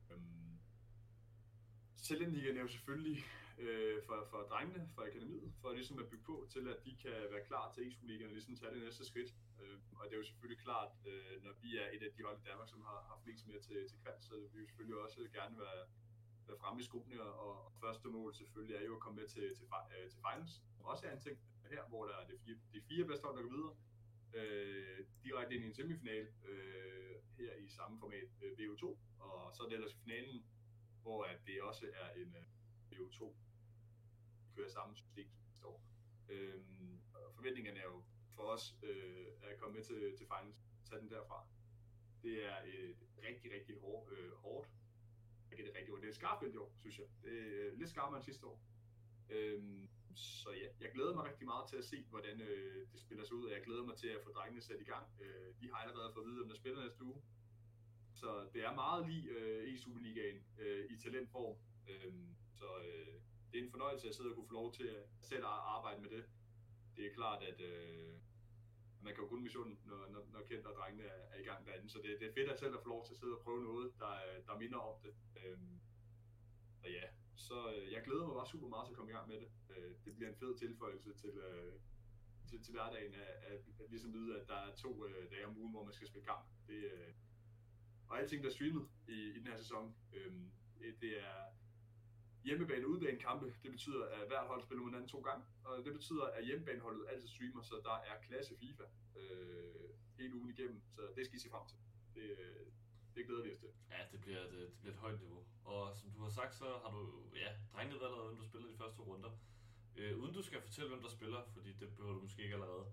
Talentligaen er jo selvfølgelig for drengene, for akademiet, for ligesom at bygge på til, at de kan være klar til E-Superligaen og ligesom tage det næste skridt. Og det er jo selvfølgelig klart, når vi er et af de hold i Danmark, som har flest med til kvalt, så vi vil selvfølgelig også gerne være fremme i skoene, og første mål selvfølgelig er jo at komme med til finals, som også er en ting her, hvor der er de 4 bedste hold, der går videre direkte ind i en semifinal her i samme format VO2, og så er det ellers i finalen, hvor at det også er en VO2, vi kører samme system som sidste år. Og forventningerne er jo for os at komme med til finals, tage den derfra. Det er rigtig, rigtig hårdt. Det er et skarpt i år, synes jeg. Det er lidt skarpere end sidste år. Så ja, jeg glæder mig rigtig meget til at se, hvordan det spiller sig ud, og jeg glæder mig til at få drengene sat i gang. De har allerede fået at vide, om der spiller næste uge. Så det er meget lige E-Superligaen i talentform. Så det er en fornøjelse at sidde og kunne få lov til at selv arbejde med det. Det er klart, at man kan jo kun misunde, når Kent og drengene er i gang derinde. Så det er fedt at selv at få lov til at sidde og prøve noget, der minder om det. Og ja, så jeg glæder mig bare super meget til at komme i gang med det. Det bliver en fed tilføjelse til hverdagen at ligesom vide, at der er 2 dage om ugen, hvor man skal spille kamp. Og alting, der er streamet i den her sæson, det er hjemmebane- og udebane kampe. Det betyder, at hvert hold spiller mod hinanden 2 gange, og det betyder, at hjemmebaneholdet altid streamer, så der er klasse FIFA hele ugen igennem, så det skal I se frem til. Det glæder vi os til. Ja, det bliver et højt niveau. Og som du har sagt, så har du drengene været allerede, hvem du spiller de første 2 runder. Uden du skal fortælle, hvem der spiller, fordi det behøver du måske ikke allerede.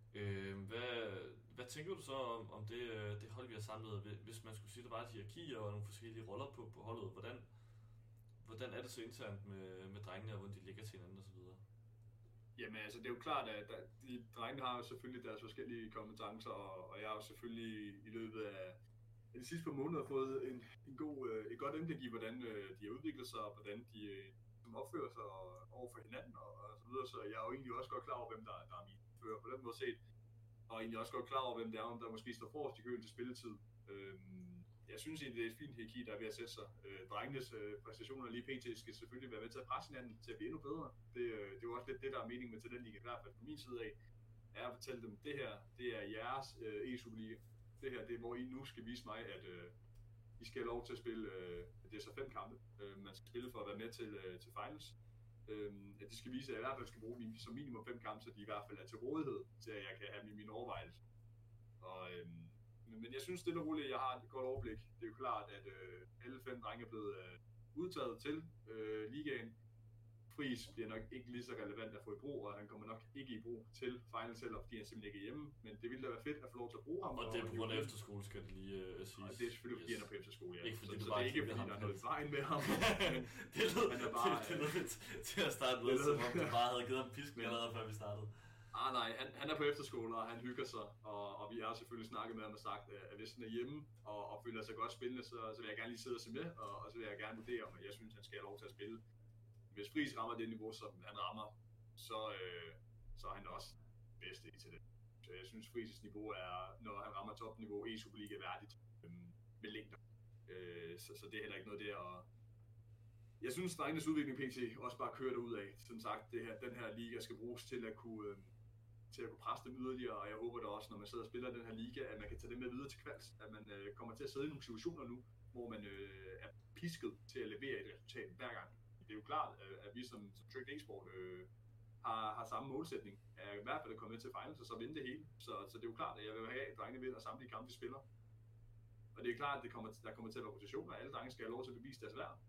Hvad tænker du så om det hold, vi har samlet? Hvis man skulle sige, der var et hierarki og nogle forskellige roller på holdet, hvordan er det så internt med drengene, og hvordan de ligger til hinanden osv.? Jamen altså, det er jo klart, at de drengene har jo selvfølgelig deres forskellige kompetencer, og jeg har jo selvfølgelig i løbet af de sidste par måneder fået et godt indblik i, hvordan de har udviklet sig, og hvordan de opfører sig over for hinanden og så videre. Så jeg er jo egentlig også godt klar over, hvem der er mine fører på den måde set. Og egentlig også godt klar over, hvem det er, der måske står forrest i køen til spilletid. Jeg synes egentlig, det er et fint hierarki, der er ved at sætte sig. Drengenes præstationer lige pt. Skal selvfølgelig være med til at presse hinanden til at blive endnu bedre. Det er jo også lidt det, der er meningen med Talentliga, i hvert fald fra min side af, er at fortælle dem, det her, det er jeres E-Superliga. Det her, det er, hvor I nu skal vise mig, at I skal have lov til at spille, det er så 5 kampe, man skal spille for at være med til finals. At de skal vise, at jeg i hvert fald skal bruge som minimum 5 kampe, så de i hvert fald er til rådighed, til at jeg kan have mine overvejelser. Men jeg synes stille og roligt, at jeg har et godt overblik. Det er jo klart, at alle 5 drenge er blevet udtaget til ligaen. Friis bliver nok ikke lige så relevant at få i brug, og han kommer nok ikke i brug til finals heller, fordi han simpelthen ikke er hjemme. Men det ville da være fedt at få lov til at bruge ham. Og det er på grund af efterskole, skal det lige siges. Og det er selvfølgelig, fordi han er på efterskole, ja. Ikke fordi så det er ikke, fordi der er noget i vejen med ham. Det lød til at starte med, som om du bare havde givet ham pisken allerede, før vi startede. Nej, han er på efterskole, og han hygger sig, og vi har selvfølgelig snakket med ham og sagt, at hvis han er hjemme og føler sig godt spillende, så vil jeg gerne lige sidde og se med, og så vil jeg gerne vurdere, om jeg synes, han skal have lov til at spille. Hvis Friis rammer det niveau, som han rammer, så er han også bedste i til det. Så jeg synes, Friis' niveau er, når han rammer topniveau, E-Superliga værdigt med længder. Så det er heller ikke noget der. Og jeg synes, drengenes udvikling PT også bare kører derud af. Som sagt, den her liga skal bruges til at kunne presse dem yderligere, og jeg håber da også, når man sidder og spiller den her liga, at man kan tage det med videre til kvalds. At man kommer til at sidde i nogle situationer nu, hvor man er pisket til at levere et resultat hver gang. Det er jo klart, at vi som Tricked E-Sport har samme målsætning. I hvert fald at komme med til finals og så vinde det hele. Så det er jo klart, at jeg vil have, at drengene vinder samtlige kampe, de spiller. Og det er klart, at der kommer til at være rotationer. Alle drenge skal have lov til at bevise deres værd.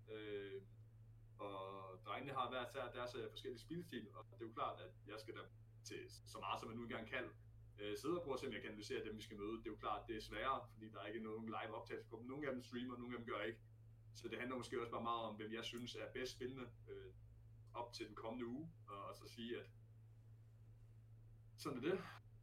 Og drengene har hver deres forskellige spilstil. Og det er jo klart, at jeg skal da til så meget, som man nu engang kan, sidde og prøve at se, om jeg kan analysere dem, vi skal møde. Det er jo klart, det er sværere, fordi der er ikke nogen live optagelse på dem. Nogle af dem streamer, nogle af dem gør ikke. Så det handler måske også bare meget om, hvem jeg synes er bedst spillende op til den kommende uge, og så sige, at sådan er det.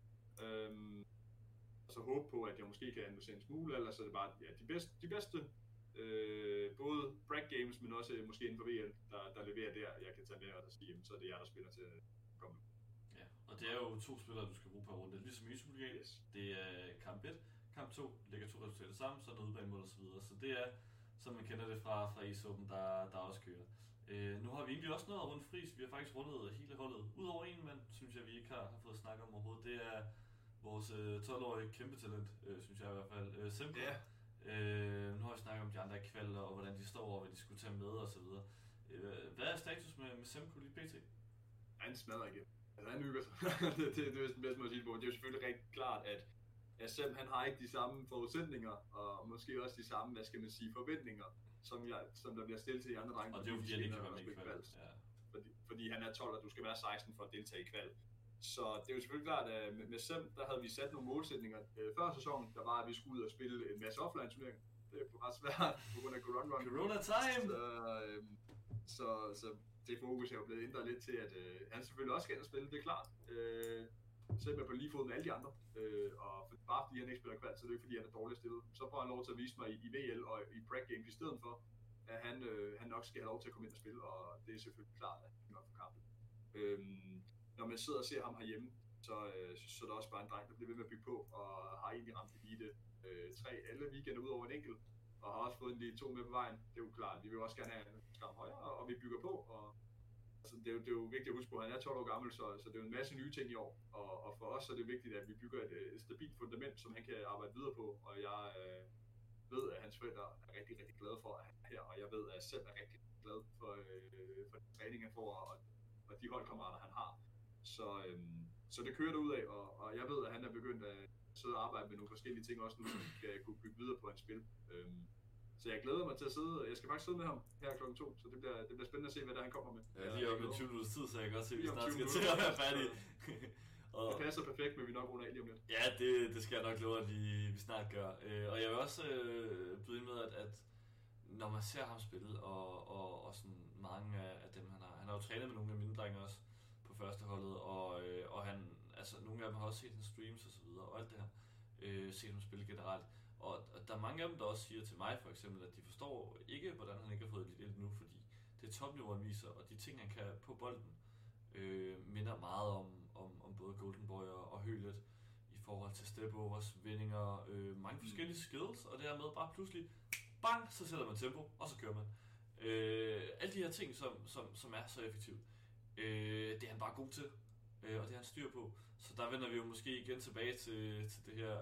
Og så håbe på, at jeg måske kan analysere en smule, eller så er det bare de bedste både brag games, men også måske inden for VL, der leverer der, jeg kan tage med og sige, så er det jer, der spiller til komme. Ja, og det er jo 2 spillere, du skal bruge per runde. Ligesom i Superligaen. Yes. Det er kamp 1, kamp 2, lægger 2 resultater sammen, så er der udbanemål og så videre. Så det er, som man kender det fra ESO'en, der også kører. Nu har vi egentlig også noget rundt fris. Vi har faktisk rundet hele holdet. Udover en mand, synes jeg, vi ikke har fået snakket om overhovedet. Det er vores 12-årige kæmpe talent, synes jeg i hvert fald. Semco. Yeah. Nu har vi snakket om de andre kvalder, og hvordan de står, og hvad de skulle tage med og så videre. Hvad er status med Semco lige pt? Han smadrer igen. Altså han hygger sig. det er den bedste måde at sige det på. Det er jo selvfølgelig rigtig klart, at Sem han har ikke de samme forudsætninger, og måske også de samme, hvad skal man sige, forventninger, som der bliver stillet til de andre drenge. Og det er jo fordi, han ikke kan være med i kval. Ja. Fordi han er 12, og du skal være 16 for at deltage i kval. Så det er jo selvfølgelig klart, at med Sem, der havde vi sat nogle målsætninger før sæsonen, der var, at vi skulle ud og spille en masse offline-turneringer. Det er ret svært på grund af Corona time! Så det fokus er jo blevet ændret lidt til, at han selvfølgelig også skal ind og spille, det er klart. Sem er på lige fod med alle de andre, og bare fordi han ikke spiller kval, så det er ikke fordi, han er dårligt stillet. Så får han lov til at vise mig i VL og i Prague Games i stedet for, at han nok skal have lov til at komme ind og spille, og det er selvfølgelig klart, at han nok får kampen. Når man sidder og ser ham herhjemme, så er der også bare en dreng, der bliver ved med at bygge på, og har egentlig ramt elite 3 alle weekender ud over en enkelt, og har også fået en elite 2 med på vejen. Det er jo klart, vi vil også gerne have en skram højere, og vi bygger på, og altså, det er jo vigtigt at huske på, at han er 12 år gammel, så det er jo en masse nye ting i år, og for os er det vigtigt, at vi bygger et stabilt fundament, som han kan arbejde videre på, og jeg ved, at hans forældre er rigtig, rigtig glade for, at han er her, og jeg ved, at jeg selv er rigtig glad for de træning, han får, og de holdkammerater, han har. Så det kører derudad, og jeg ved, at han er begyndt at sidde og arbejde med nogle forskellige ting også nu, som skal kunne bygge videre på hans spil. Så jeg glæder mig til at sidde, jeg skal faktisk sidde med ham her kl. 2, så det bliver spændende at se, hvad der han kommer med. Ja, lige om 20 minutters tid, så jeg kan godt se, at vi snart skal til at være færdige. Og det passer perfekt, men vi nok runder af lige om lidt. Ja, det skal jeg nok love, at vi snart gør. Og jeg vil også byde ind med, at når man ser ham spille, og sådan mange af dem, han har jo trænet med nogle af mine drenge også på førsteholdet, og han, altså nogle af dem har også set hans streams og så videre, og alt det her, set ham spille generelt. Og der er mange af dem, der også siger til mig for eksempel, at de forstår ikke, hvordan han ikke har fået lidt nu, fordi det er topniveau, han viser, og de ting, han kan på bolden, minder meget om både Golden Boy og Hølet i forhold til step-overs, vendinger, mange forskellige skills, og dermed bare pludselig, bang, så sætter man tempo, og så kører man. Alle de her ting, som er så effektivt, det er han bare god til, og det er han styr på. Så der vender vi jo måske igen tilbage til det her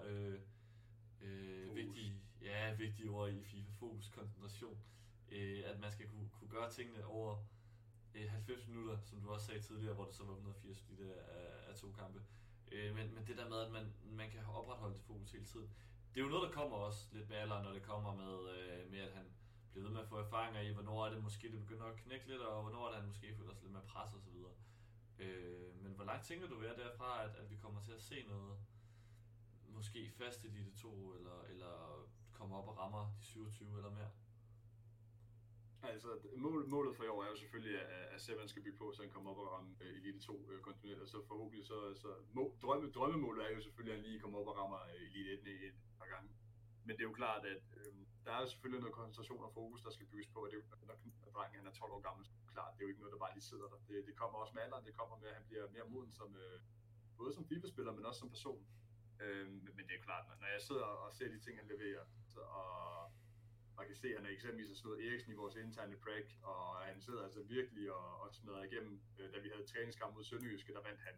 vigtige ord i FIFA, fokus, koncentration. At man skal kunne gøre tingene over 90 minutter, som du også sagde tidligere, hvor det så var 180 af 2 kampe. Men det der med, at man kan opretholde det fokus hele tiden, det er jo noget, der kommer også lidt med alderen, når det kommer med at han bliver ved med at få erfaringer i, hvornår er det måske, det begynder at knække lidt, og hvornår er det, han måske føler sig lidt mere pres og så videre. Men hvor langt tænker du ved derfra, at vi kommer til at se noget, måske fast i de 2, eller kommer op og rammer de 27 eller mere? Altså, målet for i år er jo selvfølgelig, at Seven skal bygge på, så han kommer op og ramme Elite 2 kontinuerligt, og så forhåbentlig drømmemålet er jo selvfølgelig, at han lige kommer op og rammer Elite 1 et par gange. Men det er jo klart, at der er jo selvfølgelig noget koncentration og fokus, der skal bygges på, og det er jo, når drengen han er 12 år gammel, så klart, det er jo ikke noget, der bare lige sidder der. Det kommer også med alderen, det kommer med, at han bliver mere moden både som FIFA-spiller, men også som person. Men det er klart, når jeg sidder og ser de ting, han leverer, og kan se, at han eksempelvis har slået Eriksen i vores interne Prague, og han sidder altså virkelig og smadrer igennem. Da vi havde træningskamp mod Sønderjyske, der vandt han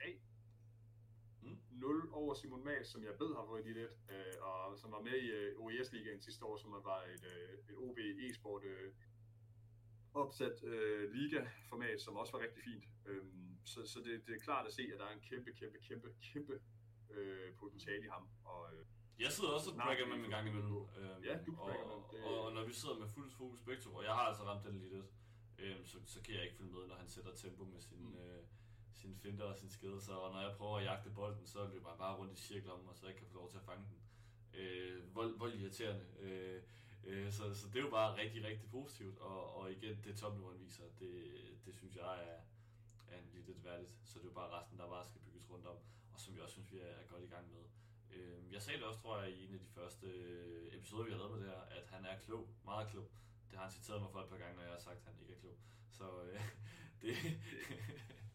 3-0 over Simon Maas, som jeg ved har fået Elite 1, og som var med i OES-ligaen sidste år, som var et OB e-sport opsat liga-format, som også var rigtig fint. Så det er klart at se, at der er en kæmpe potentiale i ham. Og jeg sidder også og prakker med en gang imellem. Ja, du prakker med. Og når vi sidder med fuld fokus begge to, og jeg har altså ramt den lidt, så kan jeg ikke følge med, når han sætter tempo med sine finter og sine skeder. Og når jeg prøver at jagte bolden, så løber jeg bare rundt i cirkler om, og så jeg kan få lov til at fange den. Vold irriterende. Så det er jo bare rigtig, rigtig positivt. Og igen, det topniveau, han viser, det synes jeg er en lidt værdigt. Så det er jo bare resten, der bare skal bygges rundt om, og som jeg også synes, vi er godt i gang med. Jeg sagde det også, tror jeg, i en af de første episoder, vi har lavet med det her, at han er klog, meget klog. Det har han citeret mig for et par gange, når jeg har sagt, at han ikke er klog. Så det...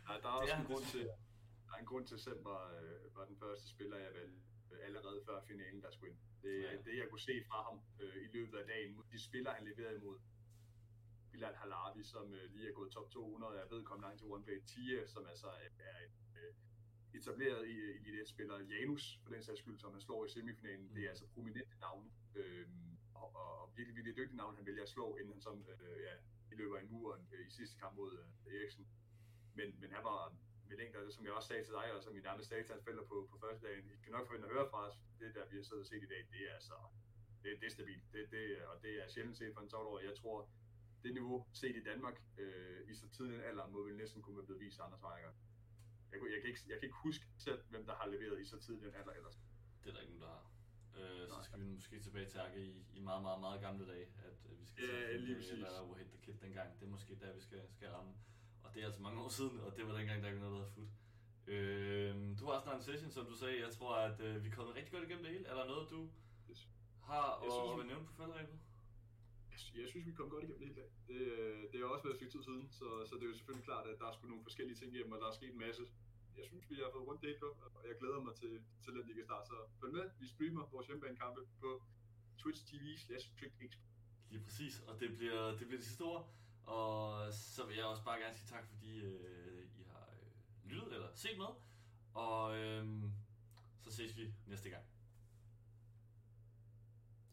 Der er også en grund til, at Sem var den første spiller, jeg valgte allerede før finalen, der skulle ind. Det jeg kunne se fra ham i løbet af dagen, de spillere, han leverede imod. Bilal Halabi, som lige er gået top 200, jeg ved, kom langt til OnePlay. Tia, som altså er en etableret i Elite 1-spiller. Janus, for den sags skyld, som han slår i semifinalen. Det er altså prominente navne. Og virkelig, virkelig dygtige navne, han vælger at slå, inden han som i løber i muren i sidste kamp mod Eriksen. Men han var med længder, som jeg også sagde til dig, og som min nærmeste sagde til hans forældre på første dagen. I kan nok forvente at høre fra os. Det der, vi har siddet og set i dag, det er altså... Det er stabilt. Og det er sjældent set for en 12-årig. Jeg tror, det niveau set i Danmark i så tidlig en alder, må vel næsten kunne være blevet vist andre veje. Jeg kan ikke huske selv, hvem der har leveret i så tidlig en alder ellers. Det er der ikke nogen, der har. Så skal vi måske tilbage til Akke i meget, meget, meget gamle dage, at vi skal se, hvad der var Hit the Kid dengang. Det er måske der, vi skal ramme. Og det er altså mange år siden, og det var dengang, der ikke noget, der havde fut. Du har også en session, som du sagde. Jeg tror, at vi er kommet rigtig godt igennem det hele. Er der noget, du har at nævne på faldrebet? Jeg synes, vi kom godt igennem det hele dag. Det har også været et stykke tid siden, så det er jo selvfølgelig klart, at der er sgu nogle forskellige ting hjem, og der er sket en masse. Jeg synes, vi har fået rundt det helt godt, og jeg glæder mig til den liga start. Så følg med, vi streamer vores hjemmebanekampe på Twitch TV/TrickX. Lige præcis, og det bliver det sidste ord. Og så vil jeg også bare gerne sige tak, fordi I har lyttet eller set med. Og så ses vi næste gang.